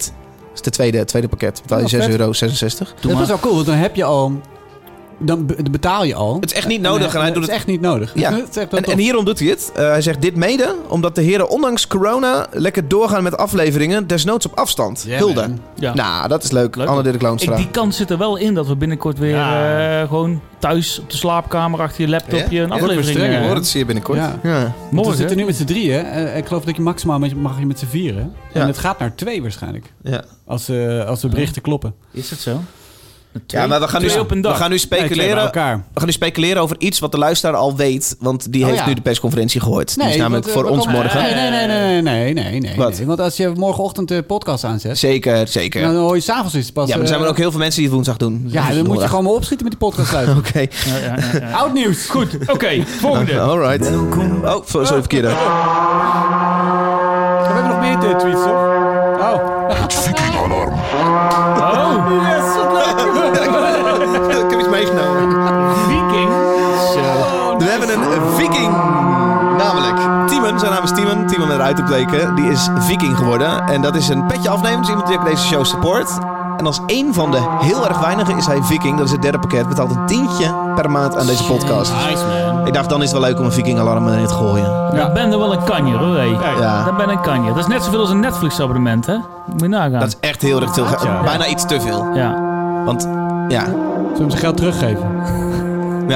is het tweede pakket. Betaal je Ja, vet. €6,66. Dat is wel cool, want dan heb je al... Dan betaal je al. Het is echt niet nodig. En hij doet het is echt niet nodig. Ja. Het is echt wel En tof. hierom doet hij het. Hij zegt dit mede omdat de heren ondanks corona lekker doorgaan met afleveringen, desnoods op afstand. Ja, Hulde. man. Ja. Nou, dat is leuk. Leuk. Anne Dirk Loonstra. Die kans zit er wel in dat we binnenkort weer gewoon thuis op de slaapkamer achter je laptopje een aflevering... strenger, Je hoort het zeer binnenkort. Ja. Ja. Want morgen. we zitten nu met z'n drieën. Ik geloof dat je maximaal mag je met z'n vieren. Ja. En het gaat naar 2 waarschijnlijk. Ja. Als de berichten kloppen. Is het zo? Ja, maar we gaan Twee op een dag. nu Nee, 2 bij speculeren. elkaar. We gaan nu speculeren over iets wat de luisteraar al weet. Want die heeft ja. nu de persconferentie gehoord. Die is namelijk want, voor we ons komen- morgen. Nee. Wat? Want als je morgenochtend de podcast aanzet, Zeker. dan hoor je s'avonds is het pas... Ja, maar er zijn er ook heel veel mensen die het woensdag doen. Ja, dan moet je gewoon maar opschieten met die podcast sluiten. Oké. Ja. Oud nieuws. Goed, oké. Volgende. Alright. Oh, sorry, verkeerde. We hebben nog meer tweets, toch? Oh. Oh, Yes, wat leuk. Ik heb iets meegenomen. Viking. Zo. We hebben een viking. Namelijk Timon, zijn naam is Timon. Timon met eruit te bleken. Die is viking geworden. En dat is een petje afnemen. Dus iemand die ook deze show support. En als één van de heel erg weinigen is hij viking. Dat is het derde pakket. Betaalt een tientje per maand aan deze podcast. Nice, man. Ik dacht, dan is het wel leuk om een viking-alarm erin te gooien. Ja. Ben er wel een kanjer, hoor. Hey. Ja. Dat ben een kanjer. Dat is net zoveel als een Netflix-abonnement, hè? Moet je nagaan. Dat is echt heel erg veel. Ja. Bijna iets te veel. Ja. Want, ja. Zullen we hem zijn geld teruggeven? Ja,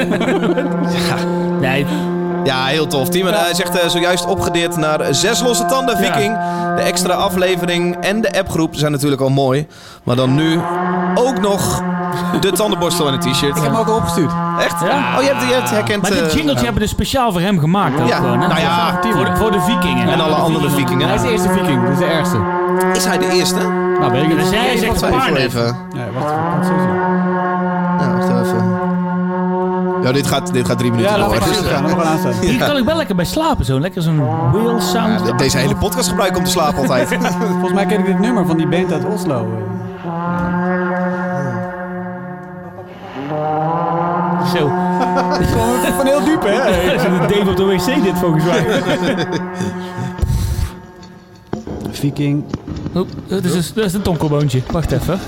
Nee, ja heel tof. Timon zegt zojuist opgedeerd naar 6 losse tanden, viking. De extra aflevering en de appgroep zijn natuurlijk al mooi. Maar dan nu ook nog de tandenborstel en een t-shirt. Ik heb hem ook al opgestuurd. Echt? Ja. Oh, je hebt herkend... maar dit jingletje hebben we dus speciaal voor hem gemaakt. Ook Ja, gewoon, hè? nou ja, voor de vikingen. En alle andere vikingen. Hij is de eerste viking, dat is de ergste. Is hij de eerste? Nou, weet ik niet. Dus jij zegt Wacht Barnett. even. Nee, wacht, ik kan het zo zien. Nou, wacht even. Ja, dit gaat 3 minuten Ja, laat door. ik Dus, gaan. Dan gaan we aanstaan. Hier kan ik wel lekker bij slapen, zo. Lekker zo'n whale sound. deze hele podcast gebruiken om te slapen altijd. Volgens mij ken ik dit nummer van die band uit Oslo. Zo. Van heel diep, hè? Dat is een Dave op de wc dit, volgens mij. Viking. Oep, dat is een tonkelboontje. Wacht even.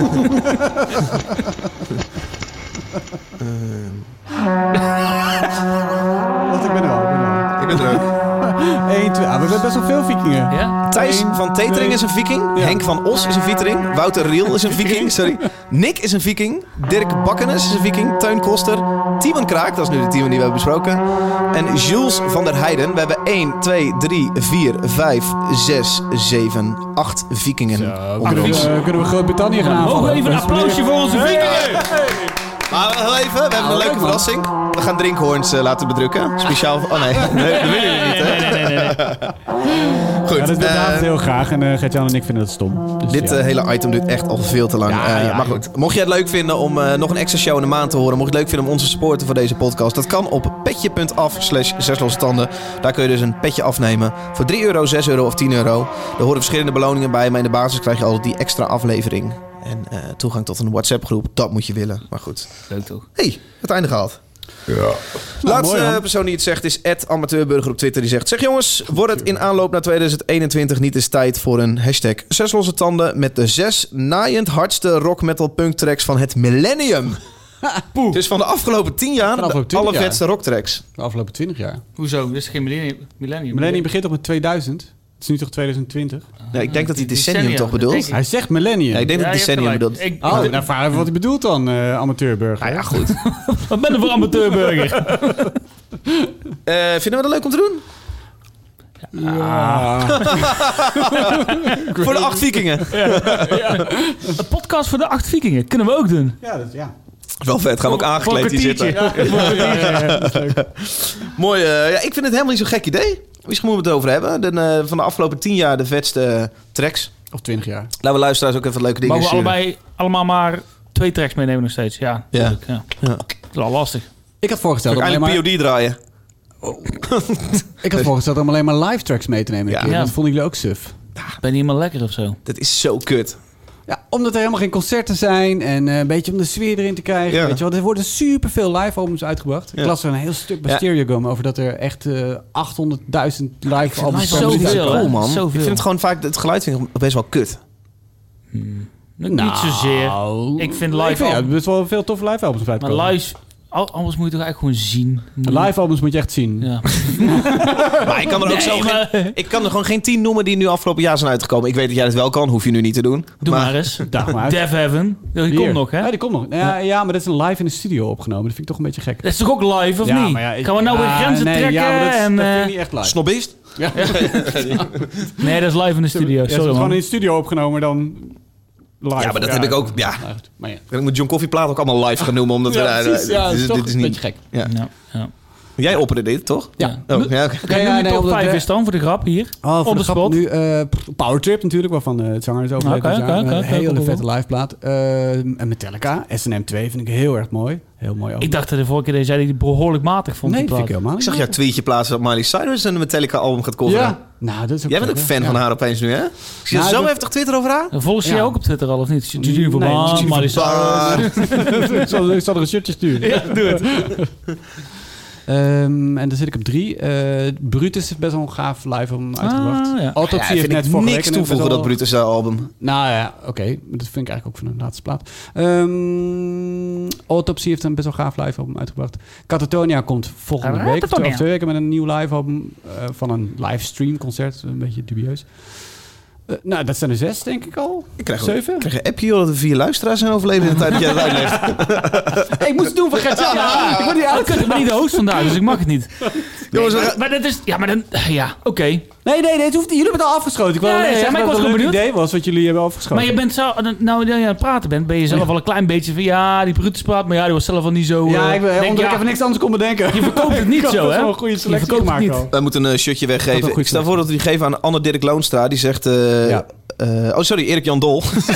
Wat, ik ben er al. Ik ben er ook. 1, 2. We hebben best wel veel vikingen. Ja? Thijs van Tetering is een viking. Ja. Henk van Os is een viking. Wouter Riel is een viking. Sorry. Nick is een viking. Dirk Bakkenes is een viking. Teun Koster. Timon Kraak, dat is nu de Timon die we hebben besproken. En Jules van der Heijden. We hebben 1, 2, 3, 4, 5, 6, 7, 8 vikingen. Kunnen we Groot-Brittannië gaan Mogen aanvallen? we even een applausje voor onze vikingen? Maar wel even, we hebben een leuke verrassing. We gaan drinkhoorns laten bedrukken. Speciaal voor... Oh nee, dat willen jullie niet, hè? Nee. Goed. Ja, dat wil David heel graag. En Gert-Jan en ik vinden dat stom. Dus Dit ja. hele item duurt echt al veel te lang. Maar goed, mocht je het leuk vinden om nog een extra show in de maand te horen... mocht je het leuk vinden om ons te supporten voor deze podcast... dat kan op petje.af/6losse-tanden. Daar kun je dus een petje afnemen voor €3, €6 of €10. Er horen verschillende beloningen bij... maar in de basis krijg je altijd die extra aflevering. En toegang tot een WhatsApp-groep, dat moet je willen. Maar goed. Leuk toch? Hey, het einde gehaald. Ja. Laatste persoon die het zegt is @amateurburger op Twitter. Die zegt: zeg jongens, wordt het in aanloop naar 2021 niet eens tijd voor een hashtag 6 losse tanden met de 6 naaiend hardste rock metal punk tracks van het millennium? Het is van de afgelopen 10 jaar Van de afgelopen 20 de allervetste rocktracks. De afgelopen 20 jaar. Hoezo? Dit is geen millennium. Millennium begint toch met 2000? Het is nu toch 2020? Ja, ik denk dat hij decennium decennium, toch dat bedoelt. denk ik. Hij zegt millennium. Ja, ik denk dat hij decennium bedoelt. Oh, nou vraag even wat hij bedoelt dan, amateurburger. Ja, goed. Wat ben je voor amateurburger? Vinden we dat leuk om te doen? Voor de 8 vikingen. Een podcast voor de 8 vikingen. Kunnen we ook doen. Ja, dat, ja. Wel vet, gaan we ook aangekleed hier zitten. Mooi. Ja, ik vind het helemaal niet zo'n gek idee. Misschien moeten we het over hebben. Van de afgelopen 10 jaar de vetste tracks. Of 20 jaar. Laten we luisteraars ook even leuke dingen Mogen we sturen. allemaal maar 2 tracks meenemen nog steeds? Ja, Ja. natuurlijk, ja. Ja. Dat is wel lastig. Ik had voorgesteld Zal om ik alleen eigenlijk maar, POD draaien? ik had voorgesteld om alleen maar live tracks mee te nemen. Ja. Ja. Dat vonden jullie ook suf. Ben je niet helemaal lekker of zo? Dat is zo kut. Ja, omdat er helemaal geen concerten zijn en een beetje om de sfeer erin te krijgen. Ja. Weet je wel, er worden superveel live albums uitgebracht. Ja. Ik las er een heel stuk bij Ja. Stereogum over dat er echt 800.000 live albums live per minuut zoveel, uitkomen. hè? Cool, man. Zoveel. Ik vind het gewoon vaak, het geluid vind ik best wel kut. Niet zozeer. Ik vind live ja, er is wel veel toffe live albums bij. Maar live... Alles moet je toch eigenlijk gewoon zien. Live albums moet je echt zien. Ja. Maar ik kan er ook ik kan er gewoon geen 10 noemen die nu afgelopen jaar zijn uitgekomen. Ik weet dat jij het wel kan, hoef je nu niet te doen. Doe maar eens. Dag maar. Dev Heaven. Die komt nog, hè? Ja, die komt nog. Ja, maar dat is een live in de studio opgenomen. Dat vind ik toch een beetje gek. Dat is toch ook live, of niet? Maar Gaan we nou weer grenzen trekken? Ja, maar dat vind ik niet echt live. Snobist? Ja. Nee, dat is live in de studio. Ja, Sorry, man. gewoon in de studio opgenomen dan... Live. Ja, maar dat heb ik ook. Ja. Maar ja. Ik moet John Coffee plaat ook allemaal live gaan noemen. Omdat dat is toch dit is een niet beetje gek. Ja. Ja. Jij opperde dit, toch? Ja. Oh, ja, Oké, nu top 5 is dan voor de grap hier. Voor On de the grap spot. nu Power Trip natuurlijk, waarvan het zanger is overleden. Een hele vette liveplaat. En Metallica, S&M 2 vind ik heel erg mooi. Heel mooi. Ik dacht de vorige keer dat jij die behoorlijk matig vond. Nee, die dat vind ik plaat. helemaal Ik niet. zag jouw tweetje plaatsen dat Miley Cyrus een Metallica album gaat coveren. Ja. Nou, dat is ook Jij bent ook fan van haar opeens nu, hè? Ik zie je zo heftig Twitter over haar. Volg je ook op Twitter al of niet? Nee, Miley Cyrus. Ik zal er een shirtje sturen. Ja, doe het. En dan zit ik op 3. Brutus heeft best wel een gaaf live album uitgebracht. Ja. Autopsie heeft vind net ik vorige niks week toevoegen, dat Brutus album. Nou ja, oké. Dat vind ik eigenlijk ook van de laatste plaat. Autopsie heeft een best wel gaaf live album uitgebracht. Catatonia komt volgende week. Of 2 weken met een nieuw live album van een livestream concert. Een beetje dubieus. Nou, dat zijn er 6, denk ik al. Ik krijg 7. een appje joh, dat er 4 luisteraars zijn overleden in de tijd dat jij dat uitlegt. Hey, ik moest het doen voor Gert-Jan. Ja, ik word niet uit. Ik ben niet de host vandaag, dus ik mag het niet. Jongens, Maar dat is... Ja, maar dan... Ja, oké. Nee, het hoeft, jullie hebben het al afgeschoten. Ik wil Ja, alleen ja, zeggen maar ik dat was het een gewoon leuk idee was wat jullie hebben afgeschoten. Maar je bent zo... Nou, dat je aan het praten bent, ben je zelf al een klein beetje van... Ja, die Brutus praat, maar ja, die was zelf al niet zo... Ja, ik denk, ik even niks anders kon bedenken. Je verkoopt het niet zo, hè? een goede selectie verkoopt het gemaakt niet. al. wij moeten een shirtje Wat weggeven. een goed Ik stel voor dat we die geven aan Anne Dirk Loonstra. Die zegt... oh, sorry, Erik Jan Dol. Die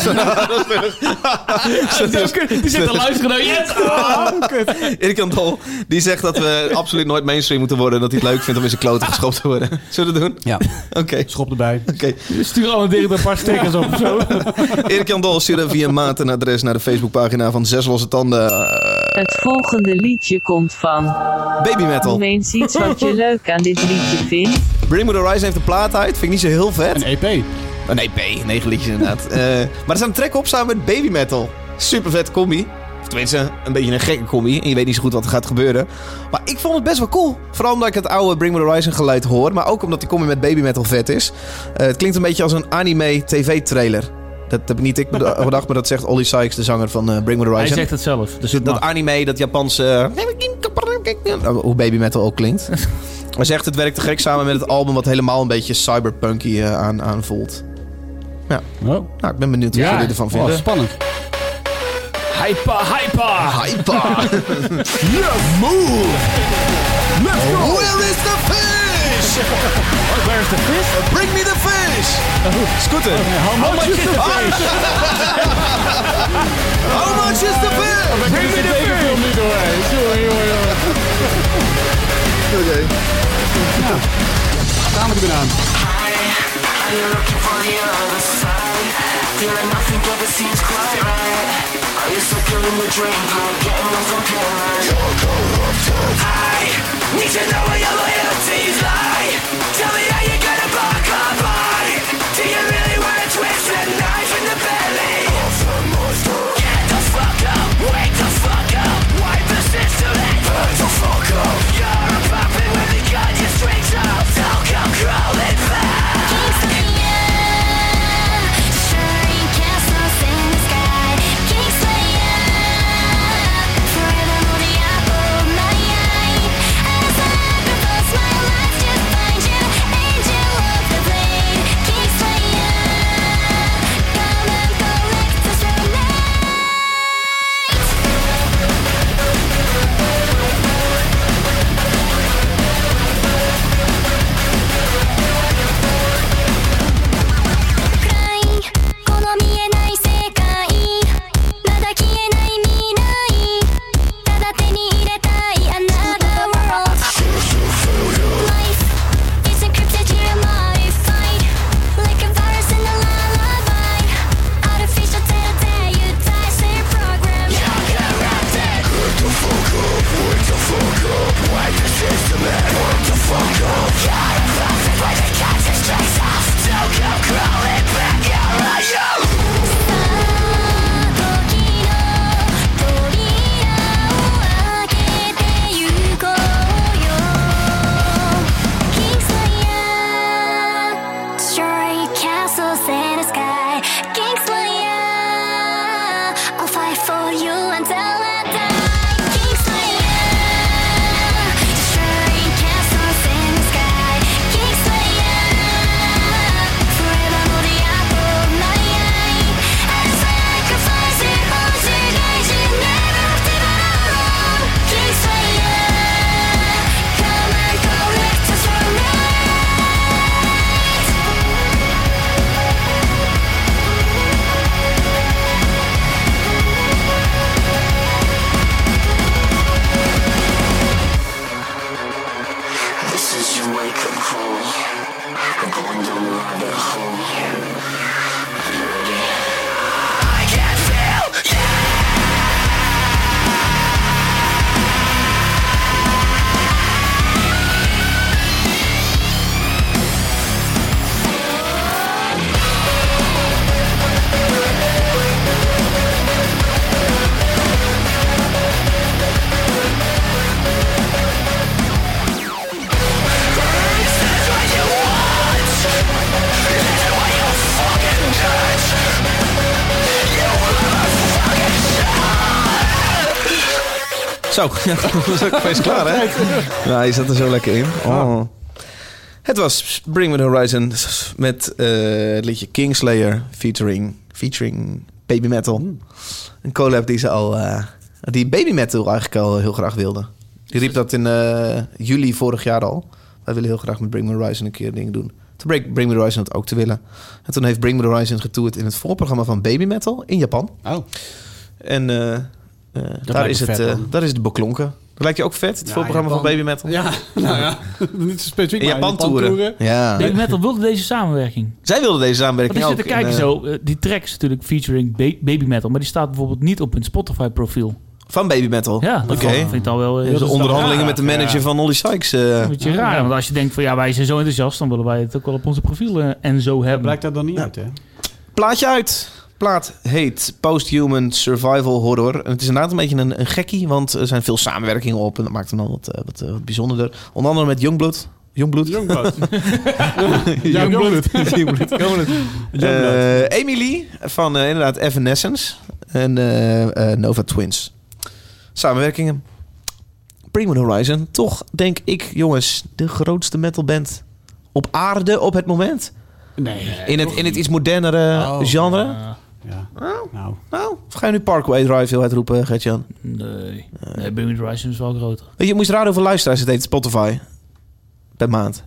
zit te luisteren naar je. Erik Jan Dol, die zegt dat we absoluut nooit mainstream moeten worden. En dat hij het leuk vindt om in zijn kloten geschopt te worden. Zullen we dat doen? Ja. Oké. Schop erbij. Stuur allemaal direct een paar stickers op of zo. Erik Jan Dol stuurde via maat een adres naar de Facebookpagina van 6 Losse Tanden. Het volgende liedje komt van... Baby Metal. Noem eens iets wat je leuk aan dit liedje vindt. Bring Me The Horizon heeft een plaat uit. Vind ik niet zo heel vet. Een EP. Een EP, 9 liedjes inderdaad. Maar er staat een track op samen met Baby Metal. Super vet combi. Of tenminste, een beetje een gekke combi. En je weet niet zo goed wat er gaat gebeuren. Maar ik vond het best wel cool. Vooral omdat ik het oude Bring Me The Horizon geluid hoor. Maar ook omdat die combi met Baby Metal vet is. Het klinkt een beetje als een anime tv-trailer. Dat heb niet ik bedacht, maar dat zegt Ollie Sykes, de zanger van Bring Me The Horizon. Hij zegt het zelf. Dus dat anime, dat Japanse... hoe Baby Metal ook klinkt. Hij zegt het werkt te gek samen met het album... wat helemaal een beetje cyberpunky aanvoelt. Ja. Oh. Nou, ik ben benieuwd wat jullie ervan vinden. Spannend. Hyper. Hyper! Yes, move! Let's go! Where is the fish? Where is the fish? Bring me the fish! Scooter! How much is the fish? How much is the fish? Bring me the fish! Oké. Gaan we er weer aan. You're looking for the other side. Feeling nothing ever seems quite right. Are you stuck in the dream? Getting off from paradise. I need to know where your loyalties lie. Tell me how you're gonna buck up by. Do you really wanna twist a knife in the belly? Get the fuck up, wake the fuck up. Wipe the system and burn the fuck up. You're a puppet with a gun, your strings up. Don't come crawling back. Forever hold the apple of my eye. As I since you wake up cold. I'm going down the rabbit hole. Are you ready? I can feel you. Zo, ja, dat was ook best klaar, hè? Ja, je zat er zo lekker in. Oh. Het was Bring Me The Horizon met het liedje Kingslayer featuring Baby Metal. Een collab die ze al... die Baby Metal eigenlijk al heel graag wilde. Die riep dat in juli vorig jaar al. Wij willen heel graag met Bring Me The Horizon een keer dingen doen. Toen bleek Bring Me The Horizon het ook te willen. En toen heeft Bring Me The Horizon getoerd in het voorprogramma van Baby Metal in Japan. Oh. En daar is het beklonken. Dat lijkt je ook vet, het voorprogramma van Baby Metal? Ja, nou ja. Niet zo specifiek, in Japan toeren. Ja. Baby Metal wilde deze samenwerking. Zij wilden deze samenwerking Want ook. ik zit te kijken zo, die track is natuurlijk featuring Baby Metal, maar die staat bijvoorbeeld niet op hun Spotify profiel. Van Baby Metal? Ja, dat vind ik al wel... de onderhandelingen met de manager van Olly Sykes. Een beetje raar, want als je denkt van ja, wij zijn zo enthousiast, dan willen wij het ook wel op onze profiel en zo hebben. Blijkt dat dan niet uit, hè? Plaatje uit. Plaat heet Posthuman Survival Horror. En het is inderdaad een beetje een gekkie, want er zijn veel samenwerkingen op en dat maakt hem dan wat bijzonderder. Onder andere met Youngblood. Emily van inderdaad Evanescence en Nova Twins. Samenwerkingen. Bring Me The Horizon. Toch denk ik, jongens, de grootste metalband op aarde op het moment. Nee. In het iets modernere genre. Ja. Nou, of ga je nu Parkway Drive heel uitroepen, Gert-Jan? Nee, Bring Me The Horizon is wel groter. Weet je moest raden hoeveel luisteraars het heet Spotify per maand.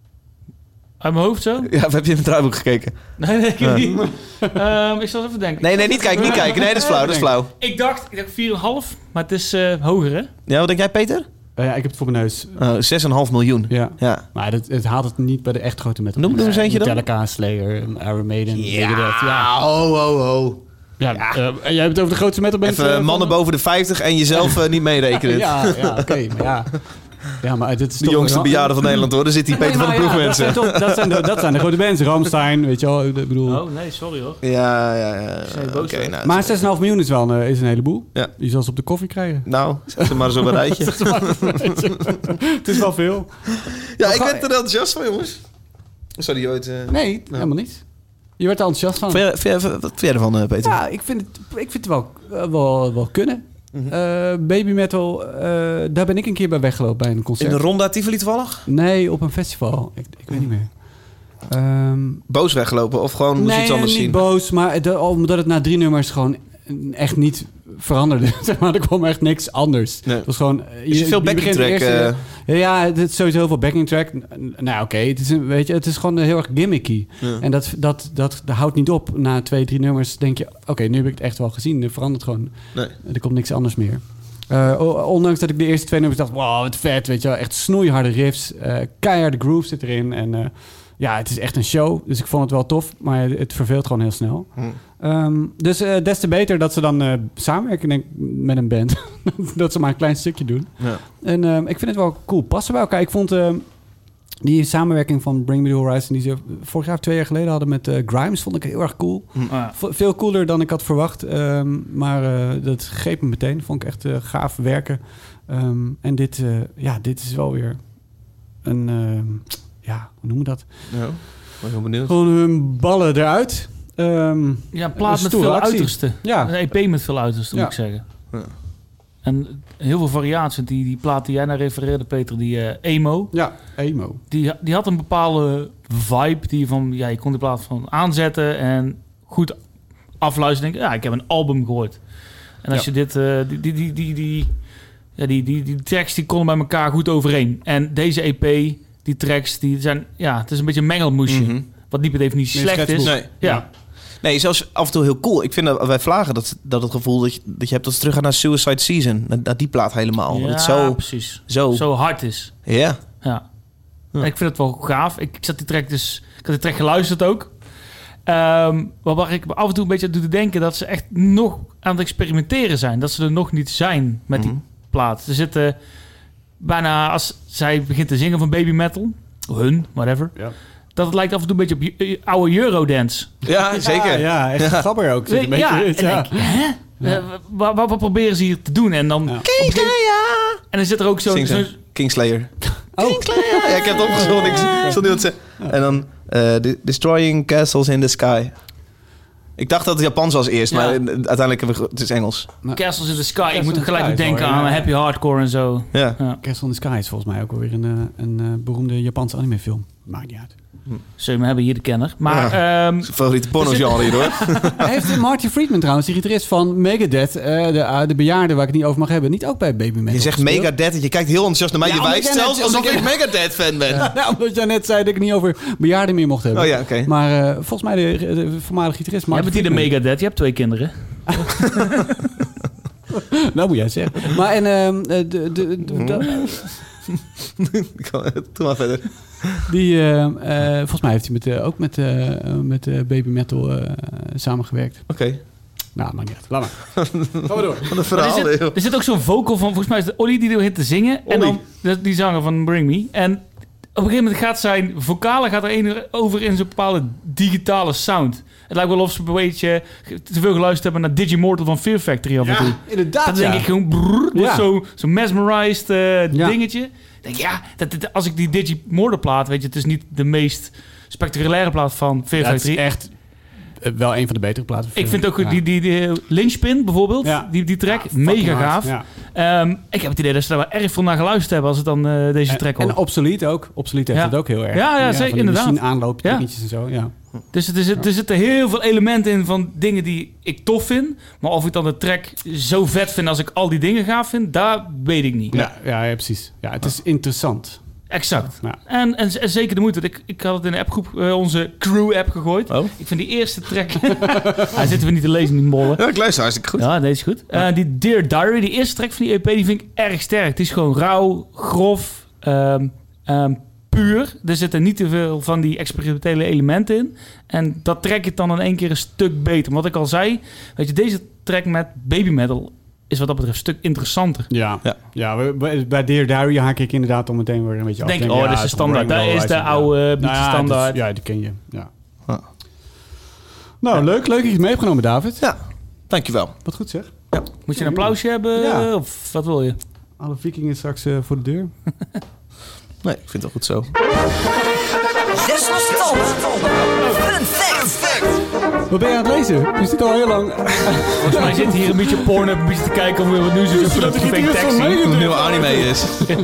Uit mijn hoofd zo? Ja, of heb je in het draaiboek gekeken? Nee, ik niet. Ik zal even denken. Nee, niet kijken. Nee, dat is flauw. Ik dacht 4,5, maar het is hoger, hè? Ja, wat denk jij, Peter? Ja, ik heb het voor mijn neus. 6,5 miljoen. Ja. Maar het haalt het niet bij de echt grote metal. Noem eens eentje dan. Metallica, Slayer, Iron Maiden. Ja. Oh. Ja, en jij hebt het over de grootste metalband. Even mannen boven de 50 en jezelf niet meerekenen. Ja, oké, maar ja. Ja, maar dit is de jongste bejaarde van Nederland, hoor. Daar zit die Peter van de Ploeg, mensen. Dat zijn de grote bands. Rammstein, weet je wel. Ik bedoel. Oh, nee, sorry hoor. Ja. Okay, nou, maar 6,5 miljoen is wel een heleboel. Ja. Die zal ze op de koffie krijgen. Nou, zet ze maar zo op een rijtje. Het is wel veel. Ja, ik ben er enthousiast van, jongens. Sorry, je ooit... Nee, helemaal niet. Je werd er enthousiast van. Wat vind jij ervan, Peter? Ja, ik vind het wel kunnen. Baby Metal, daar ben ik een keer bij weggelopen bij een concert. In de Ronda Tivoli toevallig? Nee, op een festival. Ik weet niet meer. Boos weggelopen of gewoon moest iets anders zien? Nee, niet boos, maar omdat het na 3 nummers gewoon echt niet veranderde. Zeg maar, er kwam echt niks anders. Nee. Het was gewoon... Is er veel backing track? Ja, het is sowieso heel veel backing track. Nou, oké, het is gewoon heel erg gimmicky. Ja. En dat houdt niet op. Na 2, 3 nummers denk je... Oké, nu heb ik het echt wel gezien. Er verandert gewoon... Nee. Er komt niks anders meer. Ondanks dat ik de eerste 2 nummers dacht... Wow, wat vet, weet je wel. Echt snoeiharde riffs. Keiharde groove zit erin. En ja, het is echt een show. Dus ik vond het wel tof. Maar het verveelt gewoon heel snel. Dus des te beter dat ze dan samenwerken denk, met een band. Dat ze maar een klein stukje doen. Ja. En ik vind het wel cool. Passen bij elkaar. Ik vond die samenwerking van Bring Me The Horizon... die ze vorig jaar of 2 jaar geleden hadden met Grimes... vond ik heel erg cool. Veel cooler dan ik had verwacht. Maar dat greep me meteen. Vond ik echt gaaf werken. En dit is wel weer een... hoe noemen we dat? Ja, ben heel benieuwd. Gewoon hun ballen eruit. Een plaat met veel uitersten. Ja. Een EP met veel uitersten, moet ik zeggen. Ja. En heel veel variaties. Die plaat die jij naar refereerde, Peter, die emo. Ja, emo. Die had een bepaalde vibe die je kon die plaat van aanzetten en goed afluisteren. Denk, ik heb een album gehoord. En als je dit... Die tracks die konden bij elkaar goed overeen. En deze EP, die tracks, die zijn... Ja, het is een beetje een mengelmoesje. Mm-hmm. Wat niet per definitie slecht is. Nee. Ja. Nee, zelfs af en toe heel cool. Ik vind dat wij vlagen dat het gevoel dat je hebt als terug gaat naar Suicide Season. Naar die plaat helemaal. Ja, het zo, precies. Zo hard is. Ja. Ja. Ik vind het wel gaaf. Ik had die track geluisterd ook. Waar ik me af en toe een beetje aan doe te denken... dat ze echt nog aan het experimenteren zijn. Dat ze er nog niet zijn met die plaat. Ze zitten bijna... Als zij begint te zingen van baby metal... whatever... Ja. Dat het lijkt af en toe een beetje op oude Eurodance. Ja, zeker. Ja, echt grappig ook. Zit een beetje Ja, in, en denk, hè? Wat proberen ze hier te doen? En dan... Kingslayer! En dan zit er ook zo'n... Kingslayer. Oh. Ja, ik heb het opgezocht. Ik stond niet wat te zeggen. En dan Destroying Castles in the Sky. Ik dacht dat het Japans was eerst, maar uiteindelijk hebben we het is Engels. Castles in the Sky. Ik Castles moet in er gelijk the ook Sky denken is wel, aan Happy Hardcore en zo. Ja. Castle in the Sky is volgens mij ook alweer een beroemde Japanse animefilm. Maakt niet uit. We hebben hier de kenner. Maar Zijn favoriete porno-genre hier, hoor. Heeft Marty Friedman trouwens, die gitarist van Megadeth, de bejaarde waar ik het niet over mag hebben, niet ook bij Baby Metal Je zegt gespeeld? Megadeth, je kijkt heel enthousiast naar mij. Ja, Je omdat wijst jij zelfs net- alsof omdat ik Megadeth-fan ben. Ja, omdat jij net zei dat ik het niet over bejaarden meer mocht hebben. Oh ja, oké. Maar volgens mij de voormalige gitarist je Marty hebt hier de Friedman. Megadeth. Je hebt 2 kinderen. Nou moet jij zeggen. Maar en Doe maar verder. die, volgens mij heeft hij ook met Baby Metal samengewerkt. Oké. Nou, maakt niet uit. Laat maar. Gaan we door. Wat een verhaal, er joh. zit ook zo'n vocal van... Volgens mij is het Olly die er begint te zingen. En dan die zanger van Bring Me. En op een gegeven moment gaat zijn vocalen over in zo'n bepaalde digitale sound. Het lijkt wel of ze een beetje te veel geluisterd hebben naar Digimortal van Fear Factory af en toe. Ja, inderdaad. Dat denk ik gewoon... Brrr, Ja. zo'n mesmerized Ja. dingetje. Ik denk, als ik die Digimortal plaat... Weet je, het is niet de meest spectaculaire plaat van Fear Ja, het is Factory. echt wel een van de betere platen. Ik vind ook Ja. die Lynchpin bijvoorbeeld, Ja. die track, Ja, fucking mega hard. gaaf. Ja. Ik heb het idee dat ze daar wel erg veel naar geluisterd hebben als het dan deze track En hoort. Obsolete ook. Obsolete heeft Ja. het ook heel erg. Ja, zeker, van die inderdaad. machine aanloop, Ja. dingetjes en zo. Ja. Dus er zitten heel veel elementen in van dingen die ik tof vind. Maar of ik dan de track zo vet vind als ik al die dingen gaaf vind, dat weet ik niet. Ja, precies. Ja, het is interessant. Exact. Ja. En zeker de moeite. Ik had het in de appgroep, onze crew-app gegooid. Oh. Ik vind die eerste track... Hij zitten we niet te lezen, niet mollen. Ja, ik luister hartstikke goed. Ja, deze is goed. Die Dear Diary, die eerste track van die EP, die vind ik erg sterk. Het is gewoon rauw, grof, puur. Er zitten niet te veel van die experimentele elementen in. En dat trek je dan in één keer een stuk beter. Wat ik al zei, weet je, deze track met Baby Metal is wat dat betreft een stuk interessanter. Ja, bij Dear Diary haak ik inderdaad al meteen weer een beetje af. Denk, Denk, oh, ja, dat is de het standaard. Rainbow Dat is de Rising, oude ja. beetje Nou ja, standaard. ja, die ken je. Ja. Ja. Nou, leuk dat je het mee hebt genomen, David. Ja, dankjewel. Wat goed zeg. Moet je een applausje hebben? Ja. Of wat wil je? Alle vikingen straks voor de deur. Nee, ik vind het wel goed zo. Zes losse tanden. Fun fact. Wat ben je aan het lezen? Je zit al heel lang. Volgens mij zit hier een beetje porno, een beetje te kijken of we wat nieuws is. Of dat geen tekst zien. Hoe een nieuwe anime is.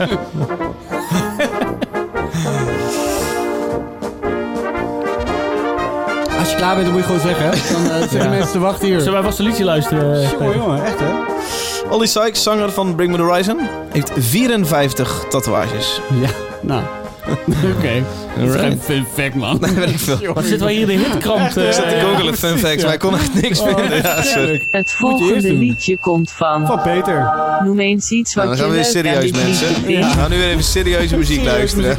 Als je klaar bent, dan moet je gewoon zeggen. Hè? Dan zitten mensen te wachten hier. Zullen wij vast een liedje luisteren? Jongen, echt hè? Olly Sykes, zanger van Bring Me The Horizon, heeft 54 tatoeages. Ja, nou. Oké. Dat is geen fun fact, man. Nee, weet ik veel. Wat zitten wij hier in de hitkrant? Ik zat te googlen fun facts, maar ik kon echt niks vinden. Ja, sorry. Het volgende liedje komt van... Van Peter. Noem eens iets wat Nou, dan gaan je we weer leuk aan serieus, dit liedje mensen. vindt. We gaan nu weer even serieuze muziek luisteren.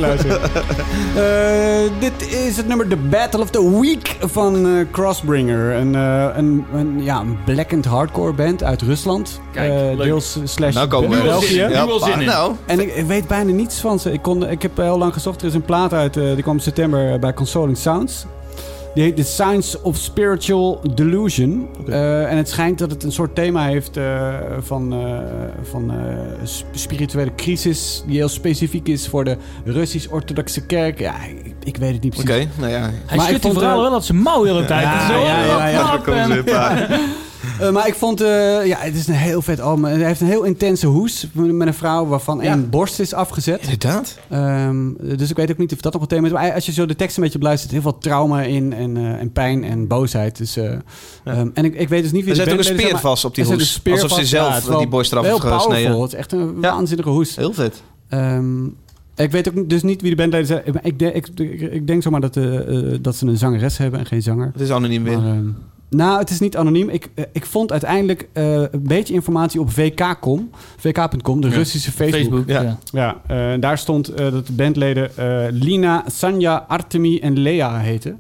Dit is het nummer The Battle of the Week van Crossbringer. Een blackened hardcore band uit Rusland. Kijk, leuk. Deels slash Nou komen we. België. Nu wel zin in. Nou, En ik weet bijna niets van ze. Ik heb heel lang gezocht. Er is een plaat uit, die kwam in september bij Consoling Sounds. Die heet The Science of Spiritual Delusion. En het schijnt dat het een soort thema heeft van spirituele crisis... die heel specifiek is voor de Russisch-orthodoxe kerk. Ja, ik weet het niet precies. oké. Nou ja. Hij Maar schudt ik vond, vooral wel dat zijn mouw de hele tijd. Ja, Het is zo ja. knap en- Maar ik vond, het is een heel vet album. Hij heeft een heel intense hoes met een vrouw waarvan één borst is afgezet. Inderdaad. Dus ik weet ook niet of dat nog een thema is. Maar als je zo de tekst een beetje beluistert, heel veel trauma in en pijn en boosheid. Dus, en ik weet dus niet wie Er de zit ook een bandleden zijn, speer maar vast op die er zit hoes. een speer Alsof ze vast. zelf het is wel die borst eraf heel heeft gesneden. powerful. Het is echt een Ja. waanzinnige hoes. Heel vet. Ik weet ook dus niet wie de bandleden zijn. Ik denk zomaar dat ze een zangeres hebben en geen zanger. Het is anoniem weer. Maar, Nou, het is niet anoniem. Ik vond uiteindelijk een beetje informatie op vk.com, de Russische Facebook. Ja. Daar stond dat de bandleden Lina, Sanja, Artemi en Lea heten.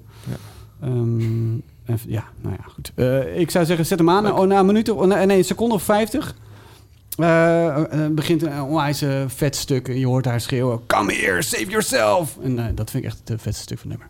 Ja. Goed. Ik zou zeggen, zet hem aan. Na een minuut, een seconde of 50... begint een onwijs vet stuk. Je hoort haar schreeuwen, come here, save yourself. En dat vind ik echt het vetste stuk van het nummer.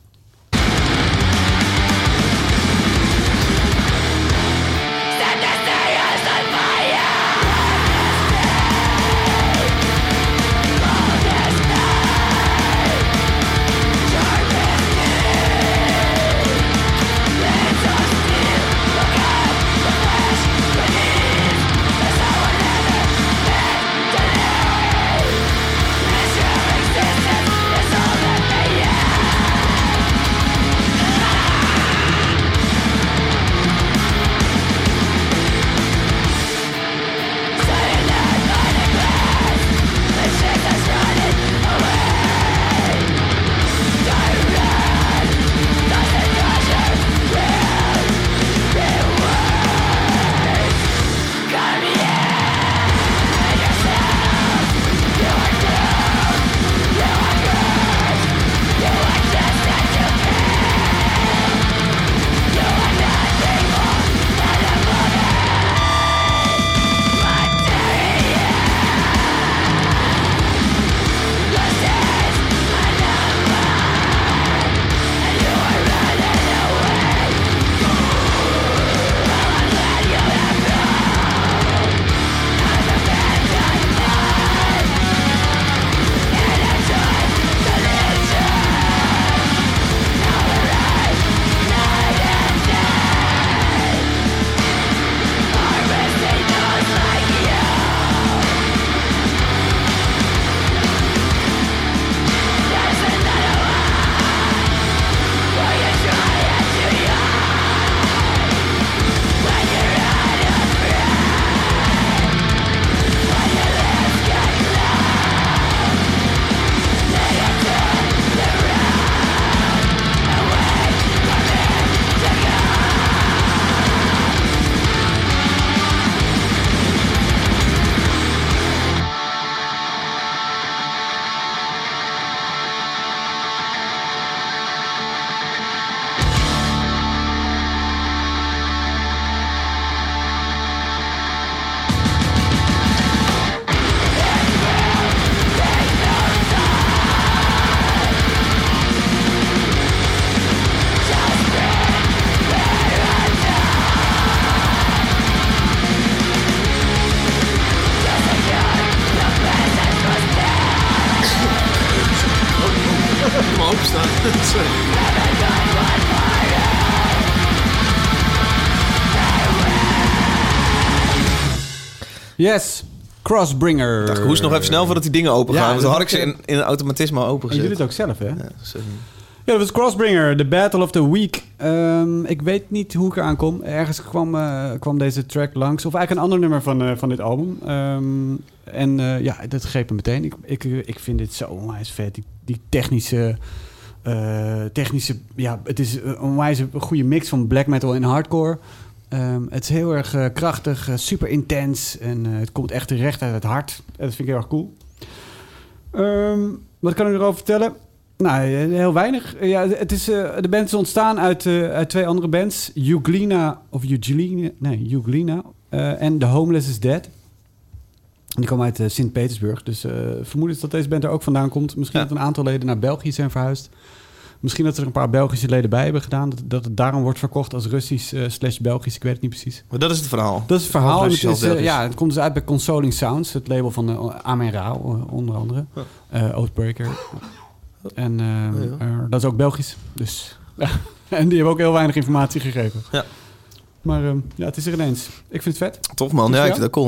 Yes, Crossbringer. Ik hoest nog even snel voordat die dingen open gaan. Dan had ik ze in een automatisme al opengezet. Je doet het ook zelf, hè? Ja, dat was Crossbringer, The Battle of the Week. Ik weet niet hoe ik eraan kom. Ergens kwam deze track langs. Of eigenlijk een ander nummer van dit album. Dat greep me meteen. Ik vind dit zo onwijs vet. Die technische... het is een onwijs goede mix van black metal en hardcore. Het is heel erg krachtig, super intens. En het komt echt recht uit het hart. Dat vind ik heel erg cool. Wat kan ik erover vertellen? Nou, heel weinig. De band is ontstaan uit 2 andere bands. Uglina en The Homeless is Dead. Die komen uit Sint-Petersburg. Dus vermoeden is dat deze band er ook vandaan komt. Misschien dat een aantal leden naar België zijn verhuisd. Misschien dat er een paar Belgische leden bij hebben gedaan. Dat het daarom wordt verkocht als Russisch/Belgisch. Ik weet het niet precies. Maar dat is het verhaal. Dat is het verhaal. Het komt dus uit bij Consoling Sounds. Het label van Amen Rao, onder andere. Oathbreaker. En dat is ook Belgisch. Dus, en die hebben ook heel weinig informatie gegeven. Ja. Maar het is er ineens. Ik vind het vet. Tof man. Ja, ik vind dat cool.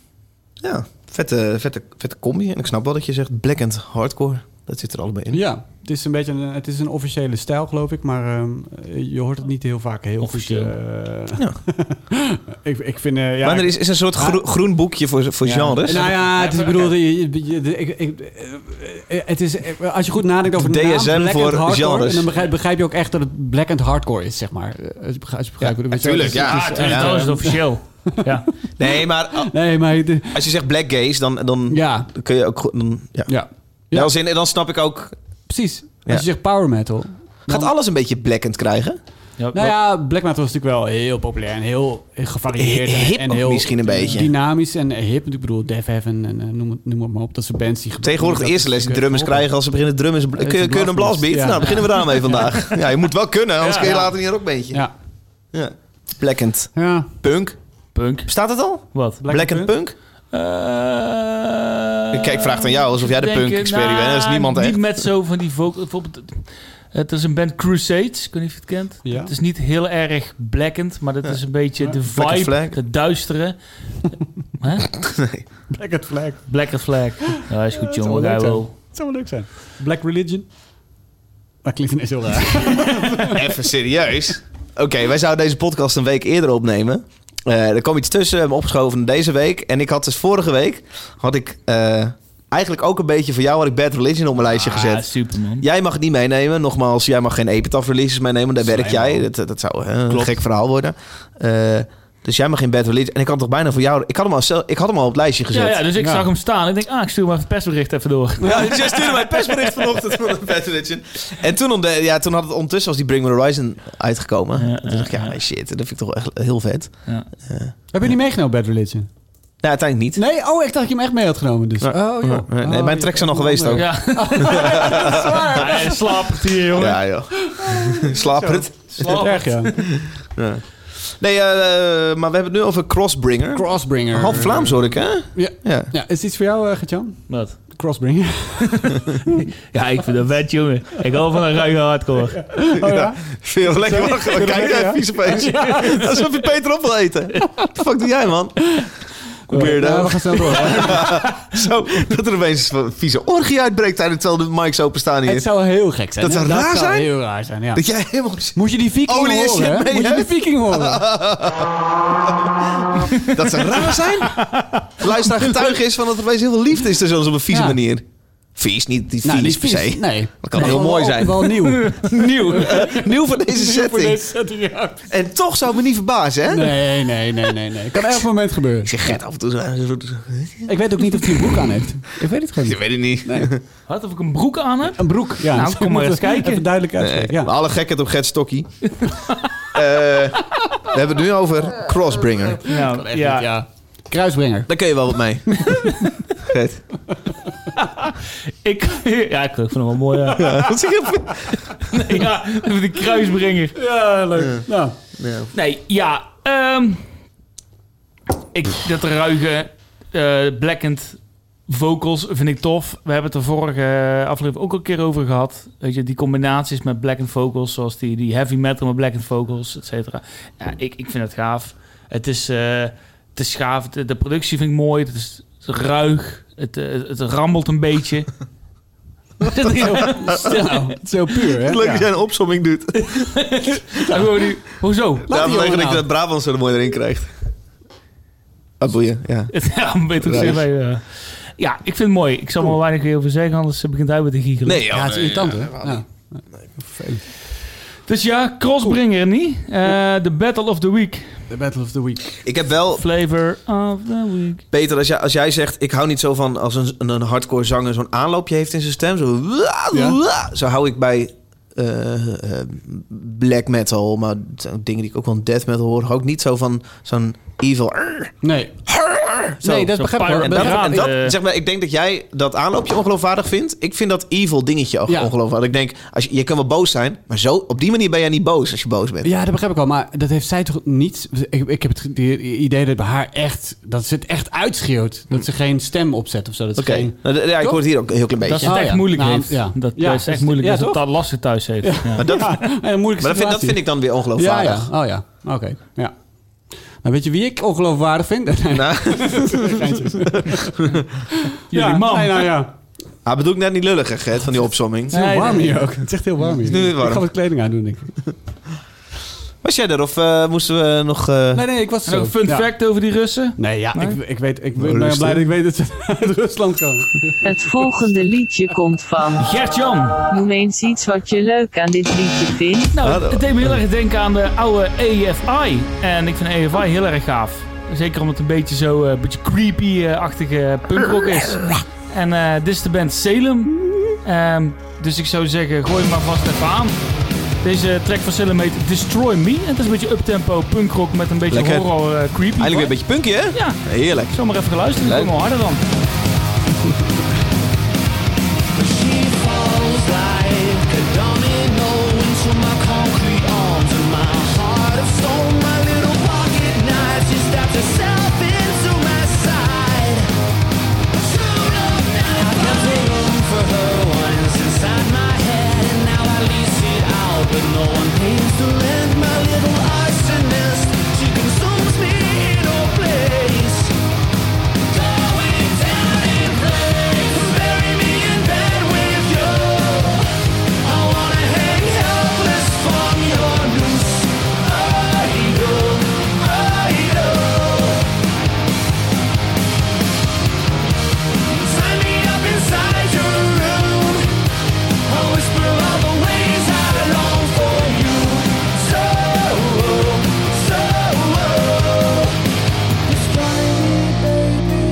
Vette combi. En ik snap wel dat je zegt black and hardcore. Dat zit er allebei in. Ja. Het is een beetje het is een officiële stijl, geloof ik. Maar je hoort het niet heel vaak. Heel Officieel. Goed. Ik vind... maar er is een soort groen boekje voor genres. Nou ja, het is, ik bedoel... Het is, als je goed nadenkt over de DSM naam Black voor and Hardcore... genres. En dan begrijp je ook echt dat het Black and Hardcore is, zeg maar. Als je begrijpt, natuurlijk. Dat is het officieel. Ja. Nee, maar als je zegt black gays, dan kun je ook... Dan snap ik ook... Precies. Als je zegt power metal... Gaat alles een beetje blackend krijgen? Ja, Nou ja, black metal was natuurlijk wel heel populair en heel gevarieerd. Hip en ook heel misschien een beetje. Dynamisch en hip. Ik bedoel, Death Heaven en noem het maar op. Dat soort bands die... Tegenwoordig de eerste les die drummers krijgen als ze beginnen drummen. Kun je een blastbeat? Ja. Nou, beginnen we daarmee vandaag. Ja, je moet wel kunnen, anders kun je later niet een rockbeentje. Ja. Blackend. Ja. Punk. Bestaat het al? Wat? Blackend Punk? Ik vraag aan jou alsof jij de punk-expert bent. Dat is niemand echt. Niet met zo van die vocal... Bijvoorbeeld, het is een band Crusades. Ik weet niet of je het kent. Ja. Het is niet heel erg blackend, maar dat is een beetje de vibe, het duistere. Nee. Black Flag. Black Flag. Ja, is goed, jongen. Het zou wel leuk zijn. Black Religion. Dat klinkt ineens heel raar. Even serieus. Oké, wij zouden deze podcast een week eerder opnemen. Er kwam iets tussen, we hebben opgeschoven deze week. En ik had dus vorige week... eigenlijk ook een beetje voor jou had ik Bad Religion op mijn lijstje gezet. Ja, super, man. Jij mag het niet meenemen. Nogmaals, jij mag geen Epitaph releases meenemen. Daar werk jij. Dat zou een gek verhaal worden. Dus jij mag geen Bad Religion. En ik had toch bijna voor jou... Ik had hem al op het lijstje gezet. Ja, dus ik zag hem staan. Ik denk, ik stuur maar even het persbericht even door. Ja, dus jij stuurde mij een persbericht vanochtend van Bad Religion. En toen had het ondertussen was die Bring Me The Horizon uitgekomen. En toen dacht ik, shit, dat vind ik toch echt heel vet. Ja. Heb je niet meegenomen, Bad Religion? Ja, uiteindelijk niet. Nee? Ik dacht dat je hem echt mee had genomen. Dus. Nee, mijn tracks zijn al geweest ook. Ja. Hij slaapt hier, jongen. Ja, joh. Slapert. Erg, ja. Nee, maar we hebben het nu over Crossbringer. Half Vlaams hoor ik, hè? Ja. Is het iets voor jou, Gert-Jan? Wat? Crossbringer. Ja, ik vind dat vet, jongen. Ik hou van een ruige hardcore. Ja. Veel lekker wachten. Kijk jij, vieze pees. Alsof je Peter op wil eten. Wat de fuck doe jij, man? Ja, we gaan snel door. Zo, dat er opeens een vieze orgie uitbreekt terwijl de mics openstaan hier. Het zou heel gek zijn. Dat zou raar zijn? Dat zou heel raar zijn, ja. Dat jij helemaal... Moet je die viking horen, hè? Moet je die viking horen? Dat zou raar zijn? De luisteraar getuige is van dat er opeens heel veel liefde is tussen ons op een vieze manier. Vies, niet vies per se. Nee. Dat kan heel mooi zijn. Wel nieuw. Nieuw voor deze setting. Ja. En toch zou het me niet verbazen, hè? Nee. Kan elk moment gebeuren. Ik zeg Gert af en toe zo. Ik weet ook niet of hij een broek aan heeft. Ik weet het gewoon niet. Ik weet het niet. Nee. Wat, of ik een broek aan heb? Een broek, ja. Nou, kom maar eens kijken. Even duidelijk uitspreken. Ja. Alle gekheid op Gert Stokkie. We hebben het nu over Crossbringer. Ja. Kruisbringer. Daar kun je wel wat mee. Gert. Ik vind hem wel mooi. Ja. Wat zeg je? Ja, de kruisbringer. Ja, leuk. Nou. Nee, ja. Dat ruige blackend vocals vind ik tof. We hebben het de vorige aflevering ook al een keer over gehad. Weet je, die combinaties met blackend vocals, zoals die heavy metal met blackend vocals, et cetera. Ja, ik vind het gaaf. Het is gaaf. De productie vind ik mooi. Het is ruig. Het rammelt een beetje. Het is heel puur, hè? Het is leuk dat jij een opsomming doet. Hoezo? Vanwege dat je dat Brabant zo mooi erin krijgt. Boeien, ja. Ja, beter ja, ik vind het mooi. Ik zal er maar weinig over zeggen, anders begint hij weer te giechelen. Nee, ja, het is irritant, hè? Ja. Vervelend. Dus ja, Crossbringer niet. The Battle of the Week. The Battle of the Week. Ik heb wel... Flavor of the Week. Peter, als jij zegt... Ik hou niet zo van als een hardcore zanger zo'n aanloopje heeft in zijn stem. Zo hou ik bij black metal. Maar dingen die ik ook wel in death metal hoor. Hou ik niet zo van zo'n evil... Nee. Zo, nee, dat begrijp ik hoor. En dat, zeg maar, ik denk dat jij dat aanloopje ongeloofwaardig vindt. Ik vind dat evil dingetje ook ongeloofwaardig. Ik denk, je kan wel boos zijn, maar zo op die manier ben jij niet boos als je boos bent. Ja, dat begrijp ik wel, maar dat heeft zij toch niet... Ik heb het idee dat bij haar echt... Dat ze het echt uitschreeuwt. Dat ze geen stem opzet of zo. Oké. Ik hoor het hier ook een heel klein beetje. Dat ze het echt moeilijk heeft. Ja. Dat is echt moeilijk dat ze het lastig thuis heeft. Ja. Maar dat vind ik dan weer ongeloofwaardig. Ja. Oh ja, oké. Ja. Nou, weet je wie ik ongeloofwaardig vind? Nee. Nou. Jullie man. Nee, nou ja. Ah, bedoel ik net niet lullig, hè, Gert, van die opsomming. Het is heel warm hier ook. Het is echt heel warm hier. Het is nu weer warm. Ik ga wat kleding aandoen, denk ik. Was jij er of moesten we nog... Nee, ik was En ook een fun fact over die Russen? Nee, ja, Nee? ik ben blij dat ik weet dat ze uit Rusland komen. Het volgende liedje komt van... Gert-Jan. Noem eens iets wat je leuk aan dit liedje vindt. Nou, het deed me heel erg denken aan de oude AFI. En ik vind AFI heel erg gaaf. Zeker omdat het een beetje zo een beetje creepy-achtige punkrock is. En dit is de band Salem. Dus ik zou zeggen, gooi hem maar vast even aan. Deze track van Salem heet Destroy Me. En het is een beetje uptempo punkrock met een beetje Lekker. horror creepy. Eigenlijk weer een beetje punky, hè? Ja, Heerlijk. zomaar even geluisterd. Ik Leuk. kom wel harder dan. She falls like a domino into my concrete arms and my heart of stone. My little pocket knife, she stabs herself into my side. True love now. I kept a room for her once inside my head, and now I lease it out, but no one pays the rent. My little arsonist, she consumes me in her place. Going down in flames, bury me in bed with you. I wanna hang helpless from your noose. Tie me up inside your room. I'll whisper all the ways I long for you. So, destroy me, baby.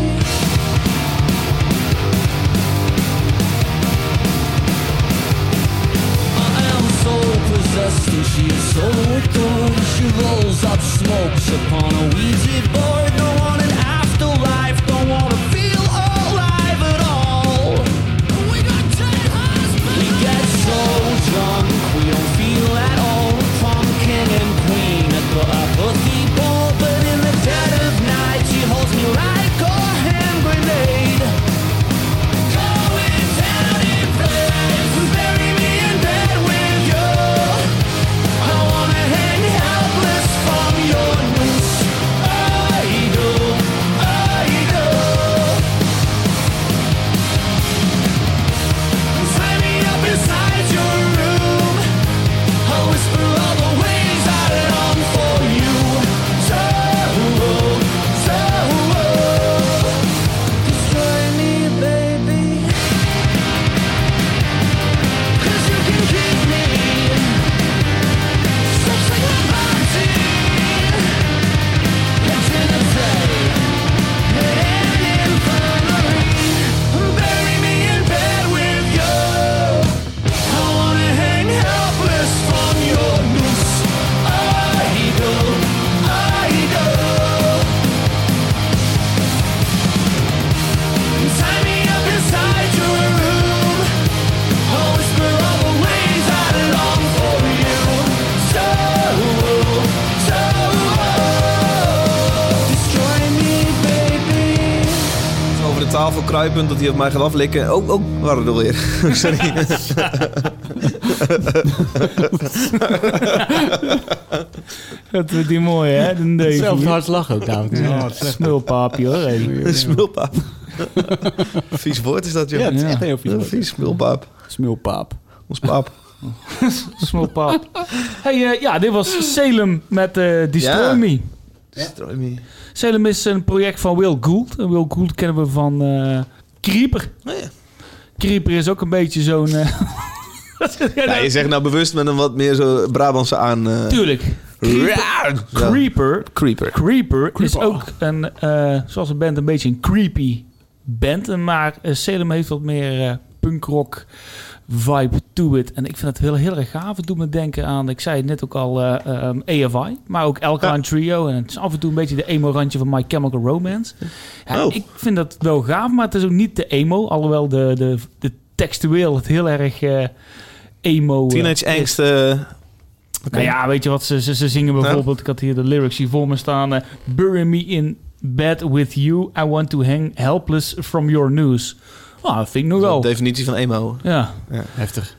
I am so possessed and she is so adored. She rolls up smokes upon a Ouija board. Don't want an afterlife, don't want to feel alive at all. We got 10 husbands. We get so drunk, we don't feel at all. Prom king and queen at the apathy ball. But in the dead of night, she holds me like a hand grenade. Going down in flames, bury me in bed with you. I wanna hang helpless from your noose. I do. Tie me up inside your room. I'll whisper all the ways I long for you. So, destroy me, baby. 'Cause you can keep me. Sex like a party. Until the day. And infirmary. Bury me in bed with you. I wanna hang helpless from your noose. I do. Tie me up inside your room. I'll whisper all the ways I long for you. So, destroy me, baby. Over de tafel kruipend dat hij op mij gaat aflikken. Oh, waar er weer. Sorry. Dat wordt die mooi, hè? Dan deed je Zelfs hier. hard lachen ook, David. Ja, Smulpaapje, hoor. Hey. Smulpaap. Vies woord is dat, joh. ja, het is Ja. echt heel veel. Vies smulpaap. Smulpaap. Ons paap. Smulpaap. Hey, ja, dit was Salem met Destroy Ja. Me. Destroy me. Salem is een project van Will Gould. En Will Gould kennen we van Creeper. Oh, ja. Creeper is ook een beetje zo'n... Ja, je zegt nou bewust met een wat meer zo Brabantse aan... Tuurlijk. Creeper. Creeper. Is ook een, zoals een band, een beetje een creepy band. Maar Salem heeft wat meer punkrock vibe to it. En ik vind het heel erg gaaf. Het doet me denken aan, ik zei het net ook al, AFI. Maar ook Alkaline Trio. En het is af en toe een beetje de emo-randje van My Chemical Romance. Ja, Oh. ik vind dat wel gaaf, maar het is ook niet de emo. Alhoewel de textueel het heel erg emo... Teenage is. Angst. Nou ja, weet je wat ze zingen bijvoorbeeld? Ik had hier de lyrics hier voor me staan. Bury me in bed with you. I want to hang helpless from your news. Ah, dat vind ik nog wel. De definitie van emo. Ja. Heftig.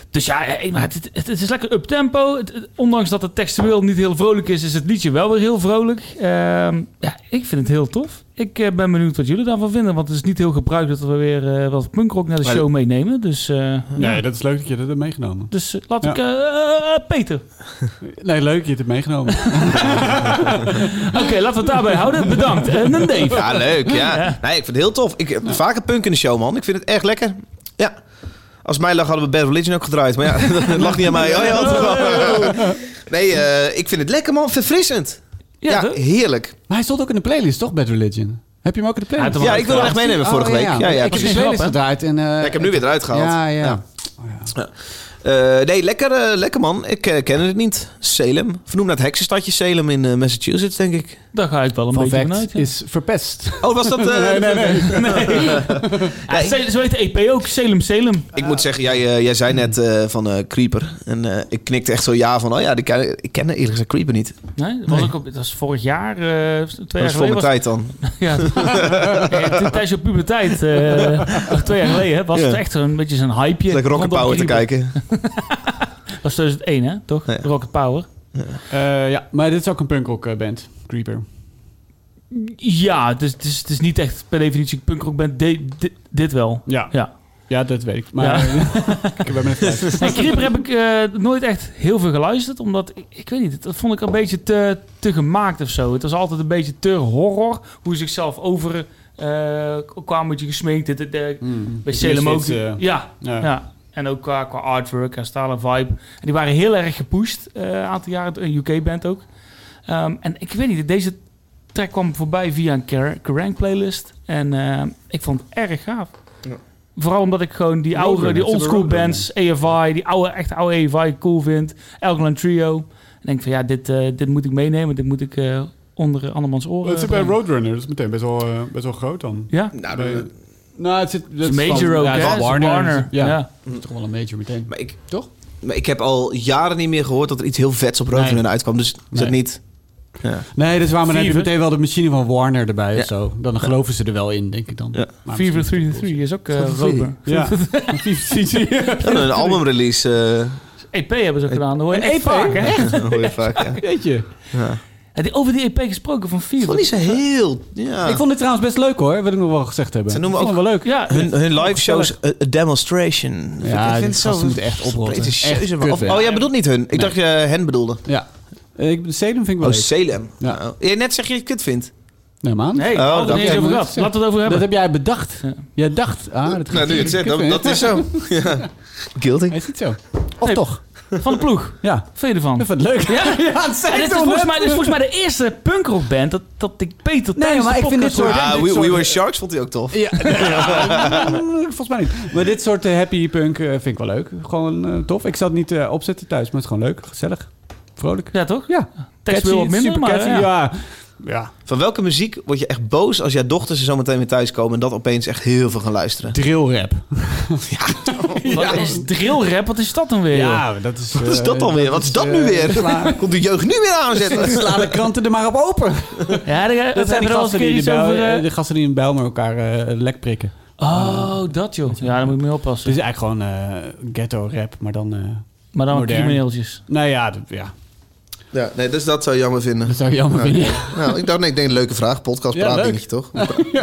Dus ja, maar het is lekker up-tempo. Ondanks dat het textueel niet heel vrolijk is het liedje wel weer heel vrolijk. Ja, ik vind het heel tof. Ik ben benieuwd wat jullie daarvan vinden. Want het is niet heel gebruikt dat we weer wat punkrock naar de show meenemen. Dus, nee, dat is leuk dat je dat hebt meegenomen. Dus laat ik... Peter. Nee, leuk dat je het hebt meegenomen. Oké, laten we het daarbij houden. Bedankt. En Dave. Ja, leuk. Ja. Nee, ik vind het heel tof. Ik heb vaker punk in de show, man. Ik vind het echt lekker. Ja. Als mij lag, hadden we Bad Religion ook gedraaid. Maar ja, dat lag niet aan mij. Oh, ja, nee, ik vind het lekker, man. Verfrissend. Ja, heerlijk. Maar hij stond ook in de playlist, toch, Bad Religion? Heb je hem ook in de playlist? Ja, ik wilde hem echt meenemen vorige week. Ja, ik heb de playlist gedraaid. En, ik heb nu weer eruit gehaald. Ja. Nee, lekker man. Ik ken het niet. Salem. Vernoemd naar het heksenstadje Salem in Massachusetts, denk ik. Daar ga ik wel een beetje vanuit. Is verpest. Oh, was dat... nee. Zo heet de EP ook. Salem. Ik moet zeggen, jij zei net van Creeper. En ik knikte echt zo ja van... Oh ja, ik ken eerlijk gezegd Creeper niet. Nee, dat was vorig jaar. 2 jaar geleden. Dat is voor mijn tijd dan. Ja, tijdens je puberteit. 2 jaar geleden was het echt een beetje zo'n hypeje. Lekker Rocket Power te kijken. Dat was 2001, hè? Toch? Ja. Rocket Power. Ja, maar dit is ook een punkrock band, Creeper. Ja, het is niet echt per definitie een punkrock band. Dit wel. Ja, dat weet ik. Maar ik ben en Creeper heb ik nooit echt heel veel geluisterd. Omdat, ik weet niet, dat vond ik een beetje te gemaakt of zo. Het was altijd een beetje te horror. Hoe ze zichzelf over kwamen, een beetje gesminkt. Bij Salem ook. Ja. En ook qua artwork en style en vibe. En die waren heel erg gepusht een aantal jaren. Een UK-band ook. En ik weet niet, deze track kwam voorbij via een Kerrang playlist. En ik vond het erg gaaf. Ja. Vooral omdat ik gewoon die oldschool bands, AFI, die echt oude AFI cool vind. Alkaline Trio. En denk van ja, dit moet ik meenemen. Dit moet ik onder andermans oren. Het zit bij Roadrunner. Dat is meteen best wel groot dan. Ja? Nou, het is een major ook, hè? Warner. Ja. Dat is toch wel een major meteen. Toch? Maar ik heb al jaren niet meer gehoord dat er iets heel vets op Roadrunner uitkwam. Dus is dat niet... Ja. Nee, dat is waar, maar dan heb je meteen wel de machine van Warner erbij of zo. Dan geloven ze er wel in, denk ik dan. Ja. Fever 3 is ook Roadrunner. Ja. Een albumrelease. EP hebben ze ook gedaan. Dat hoor je echt vaak, hè? Echt? Dat hoor je vaak, ja. Weet je. Ja. Over die EP gesproken van Fever. Ik vond niet zo heel... Ja. Ik vond dit trouwens best leuk hoor, wil ik nog wel gezegd hebben. Ze noemen ook wel leuk. Ja, hun live shows a demonstration. Ja, ik vind het zo moeten echt oprotten. Oh, jij bedoelt niet hun. Ik dacht je hen bedoelde. Ja. Salem vind ik wel leuk. Salem. Ja. Ja, net zeg je het kut vindt. Nee, man. Nee, laten we het over hebben. Dat heb jij bedacht. Ja. Jij dacht... dat nou, nu het zegt, dat is zo. Ja. Guilty. Is het zo? Of toch? Van de ploeg. Ja. Wat vind je ervan? Ik vind het leuk. Ja, dit is volgens mij de eerste punkrockband dat ik Peter tijdens de podcast hoorde. We Were Sharks vond hij ook tof. Ja. Volgens mij niet. Maar dit soort happy punk vind ik wel leuk. Gewoon tof. Ik zou het niet opzetten thuis, maar het is gewoon leuk. Gezellig. Vrolijk. Ja, toch? Ja. Tekst wil wat minder, maar ja. Van welke muziek word je echt boos als jouw dochters er zo meteen weer thuis komen en dat opeens echt heel veel gaan luisteren? Drillrap. Wat is drillrap? Wat is dat dan weer? Ja, dat is... Wat is dat dan weer? Wat is dat nu weer? Komt de jeugd nu weer aanzetten? Sla de kranten er maar op open. Ja, dat zijn de gasten die in Bijlmer elkaar lek prikken. Oh, dat joh. Ja, daar moet je mee oppassen. Het is eigenlijk gewoon ghetto rap, maar dan crimineeltjes. Nou ja, Ja, nee, dus dat zou je jammer vinden. Dat zou je jammer vinden. Nou, ik denk een leuke vraag. Podcast praatdingetje, toch?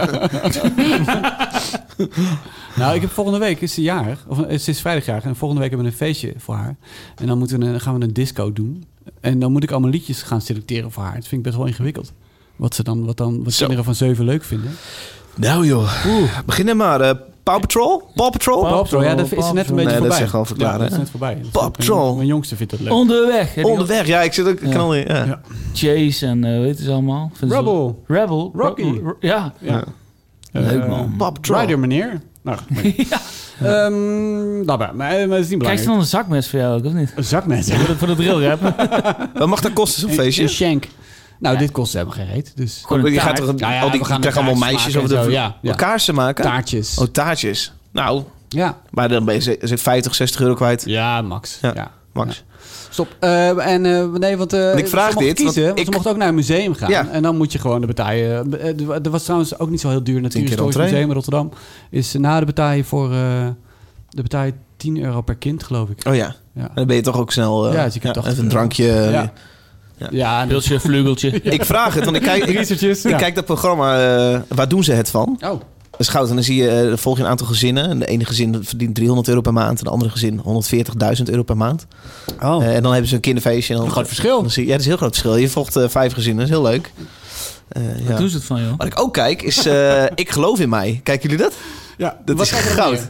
Nou, ik heb volgende week, is ze jarig. Of ze is vrijdag jarig. En volgende week hebben we een feestje voor haar. En dan gaan we een disco doen. En dan moet ik allemaal liedjes gaan selecteren voor haar. Dat vind ik best wel ingewikkeld. Wat kinderen van 7 leuk vinden. Nou joh, begin maar. Paw Patrol? Paw Patrol? Ja, dat is net een beetje voorbij. Dat is al verklaren. Dat is net voorbij. Paw Patrol. Mijn jongste vindt dat leuk. Onderweg. Ja, ik zit ook... Ja. Chase en weet je ze allemaal. Rebel. Rocky. Ja. Leuk man. Paw Patrol. Rider meneer. Nou, maar het is niet belangrijk. Krijg je dan een zakmes voor jou ook, of niet? Een zakmes? Voor de drillrap. Wat mag dat kosten, zo'n feestje? Een shank. Nou, dit kost helemaal geen reet. Dus. Je gaat toch je krijgt allemaal meisjes over de kaarsen maken? Taartjes. Oh, taartjes. Nou, ja. Maar dan ben je 50, 60 euro kwijt. Ja, max. Ja. Max. Ja. Stop. Nee, want ik vraag dit. Kiezen, want ze mochten ook naar een museum gaan. Ja. En dan moet je gewoon de betaille. Er was trouwens ook niet zo heel duur. Natuurlijk, het Historisch Museum in Rotterdam is na de betaille voor... de betaille €10 per kind, geloof ik. Oh ja. Ja. Dan ben je toch ook snel... Ja, dus je kan toch even een drankje... Ja. Ja, en Pilsje, vleugeltje. Ik vraag het, want ik kijk dat programma... waar doen ze het van? Oh. Dat is goud. En dan zie je, volg je een aantal gezinnen. En de ene gezin verdient €300 per maand. En de andere gezin €140.000 per maand. Oh. En dan hebben ze een kinderfeestje. En dan, Een groot verschil. Dan zie je, ja, dat is een heel groot verschil. Je volgt 5 gezinnen. Dat is heel leuk. Wat doen ze het van, joh? Wat ik ook kijk is Ik geloof in mij. Kijken jullie dat? Ja, Dat is goud.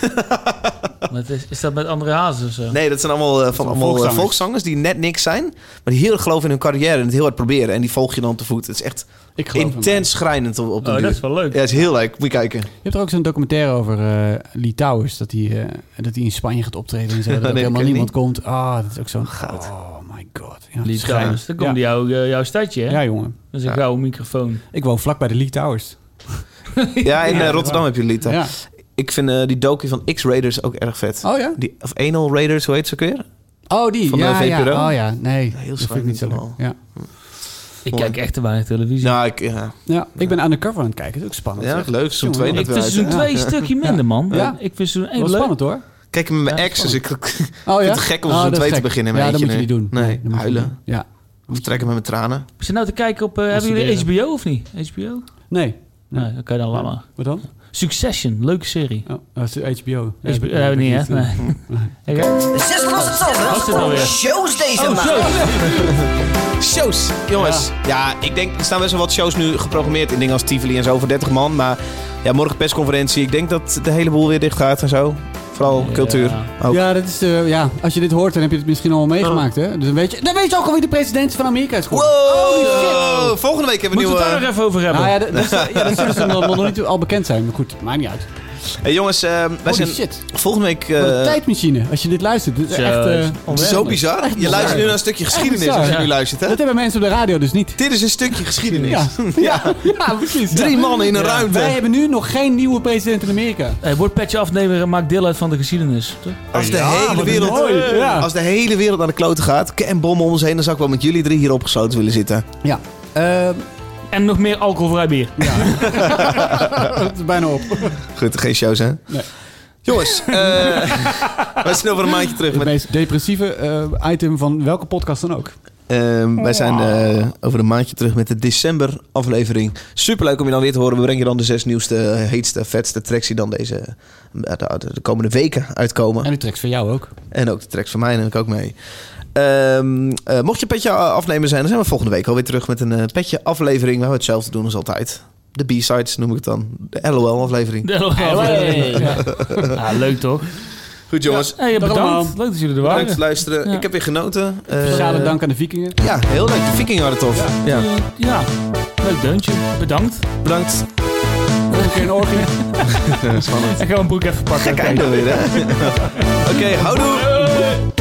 Is dat met André Hazes of zo? Nee, dat zijn allemaal, volkszangers die net niks zijn. Maar die heel erg geloven in hun carrière en het heel hard proberen. En die volg je dan op de voet. Het is echt intens schrijnend op de duur. Dat is wel leuk. Ja, het is heel leuk. Moet je kijken. Je hebt er ook zo'n documentaire over Lee Towers. Dat hij in Spanje gaat optreden en zo. Dat er helemaal niemand komt. Dat is ook zo'n goud. Oh my god. Ja, Lee Towers. Dan komt jouw stadje, hè? Ja, jongen. Dat is een gouden microfoon. Ik woon vlak bij de Lee Towers. Ja, in Rotterdam heb je Lita. Ja. Ik vind die docu van X-Raiders ook erg vet. Oh ja? Of Anal Raiders, hoe heet ze ook weer? Oh, die. Van de ja, VPRO? ja. Oh ja, nee. Heel dat vind ik niet zo leuk. allemaal. Ja. Ik kijk echt te weinig televisie. Nou, Ik ben Undercover aan het kijken. Dat is ook spannend. ja, zeg. leuk. Seizoen 2 Ik net vind weer uit. seizoen 2 een stukje minder, man. Ja. Ik vind seizoen 1 Wel leuk. spannend hoor. Kijk met mijn Ja, ex, dus ik Oh vind ja? het gek om seizoen dat is 2 te gek. beginnen. Ja, met dat moet je eentje niet doen. Nee, dat moet je huilen. niet doen. Ja. Of trekken met mijn tranen. We zijn nou te kijken op... hebben jullie studeren. HBO of niet? HBO? Nee. Nee, dat kan je dan laten maar. Wat dan? Succession, leuke serie. Oh, dat is HBO. HBO hebben we niet, hè? Nee. Oké. De 6 losse Was dit alweer? shows deze maand. Shows, jongens. Ja, ik denk, er staan best wel wat shows nu geprogrammeerd in dingen als Tivoli en zo voor 30 man. Maar ja, morgen persconferentie. Ik denk dat de hele boel weer dicht gaat en zo. Vooral cultuur. Ook. Ja, dat is als je dit hoort, dan heb je het misschien al wel meegemaakt, hè? Dus dan weet je ook al wie de president van Amerika is geworden. Wow! Volgende week hebben we Moeten we het nieuwe... daar nog even over hebben? Nou ja, dat zullen ze nog niet al bekend zijn. Maar goed, maakt niet uit. Hey, jongens, wij Holy zijn shit. volgende week... Wat een tijdmachine, als je dit luistert. Dit is Zo, echt... zo bizar. Je luistert nu naar een stukje geschiedenis als je nu luistert, hè? Dat hebben mensen op de radio dus niet. Dit is een stukje geschiedenis. Ja, precies. 3 mannen in een ruimte. Wij hebben nu nog geen nieuwe president in Amerika. Wordt Petje Afnemer en maakt deel uit van de geschiedenis. Toch? Als de, Ja, hele wat wereld, mooi. Ja. als de hele wereld naar de kloten gaat, en bommen om ons heen, dan zou ik wel met jullie 3 hier opgesloten willen zitten. Ja. En nog meer alcoholvrij bier. Het is bijna op. Goed, geen shows, hè? Nee. Jongens, wij zijn over een maandje terug. Het Met, meest depressieve item van welke podcast dan ook. wij zijn over een maandje terug met de december aflevering. Superleuk om je dan weer te horen. We brengen je dan de 6 nieuwste, heetste, vetste tracks die dan de komende weken uitkomen. En de tracks van jou ook. En ook de tracks van mij neem ik ook mee. Mocht je Petje afnemer zijn, dan zijn we volgende week alweer terug met een Petje aflevering. Waar we hetzelfde doen als altijd. De B-sides noem ik het dan. De LOL-aflevering. Leuk toch? Goed, jongens. Hey, bedankt. Leuk dat jullie er waren. Bedankt voor het luisteren. Ja. Ik heb weer genoten. Speciale dank aan de Vikingen. Ja, heel leuk. De Vikingen waren tof. Ja. Ja, leuk deuntje. Bedankt. Bedankt. Nog een keer een orgie. Spannend. En ga een broek even pakken. Kijk dan weer, hè? Oké, houdoe.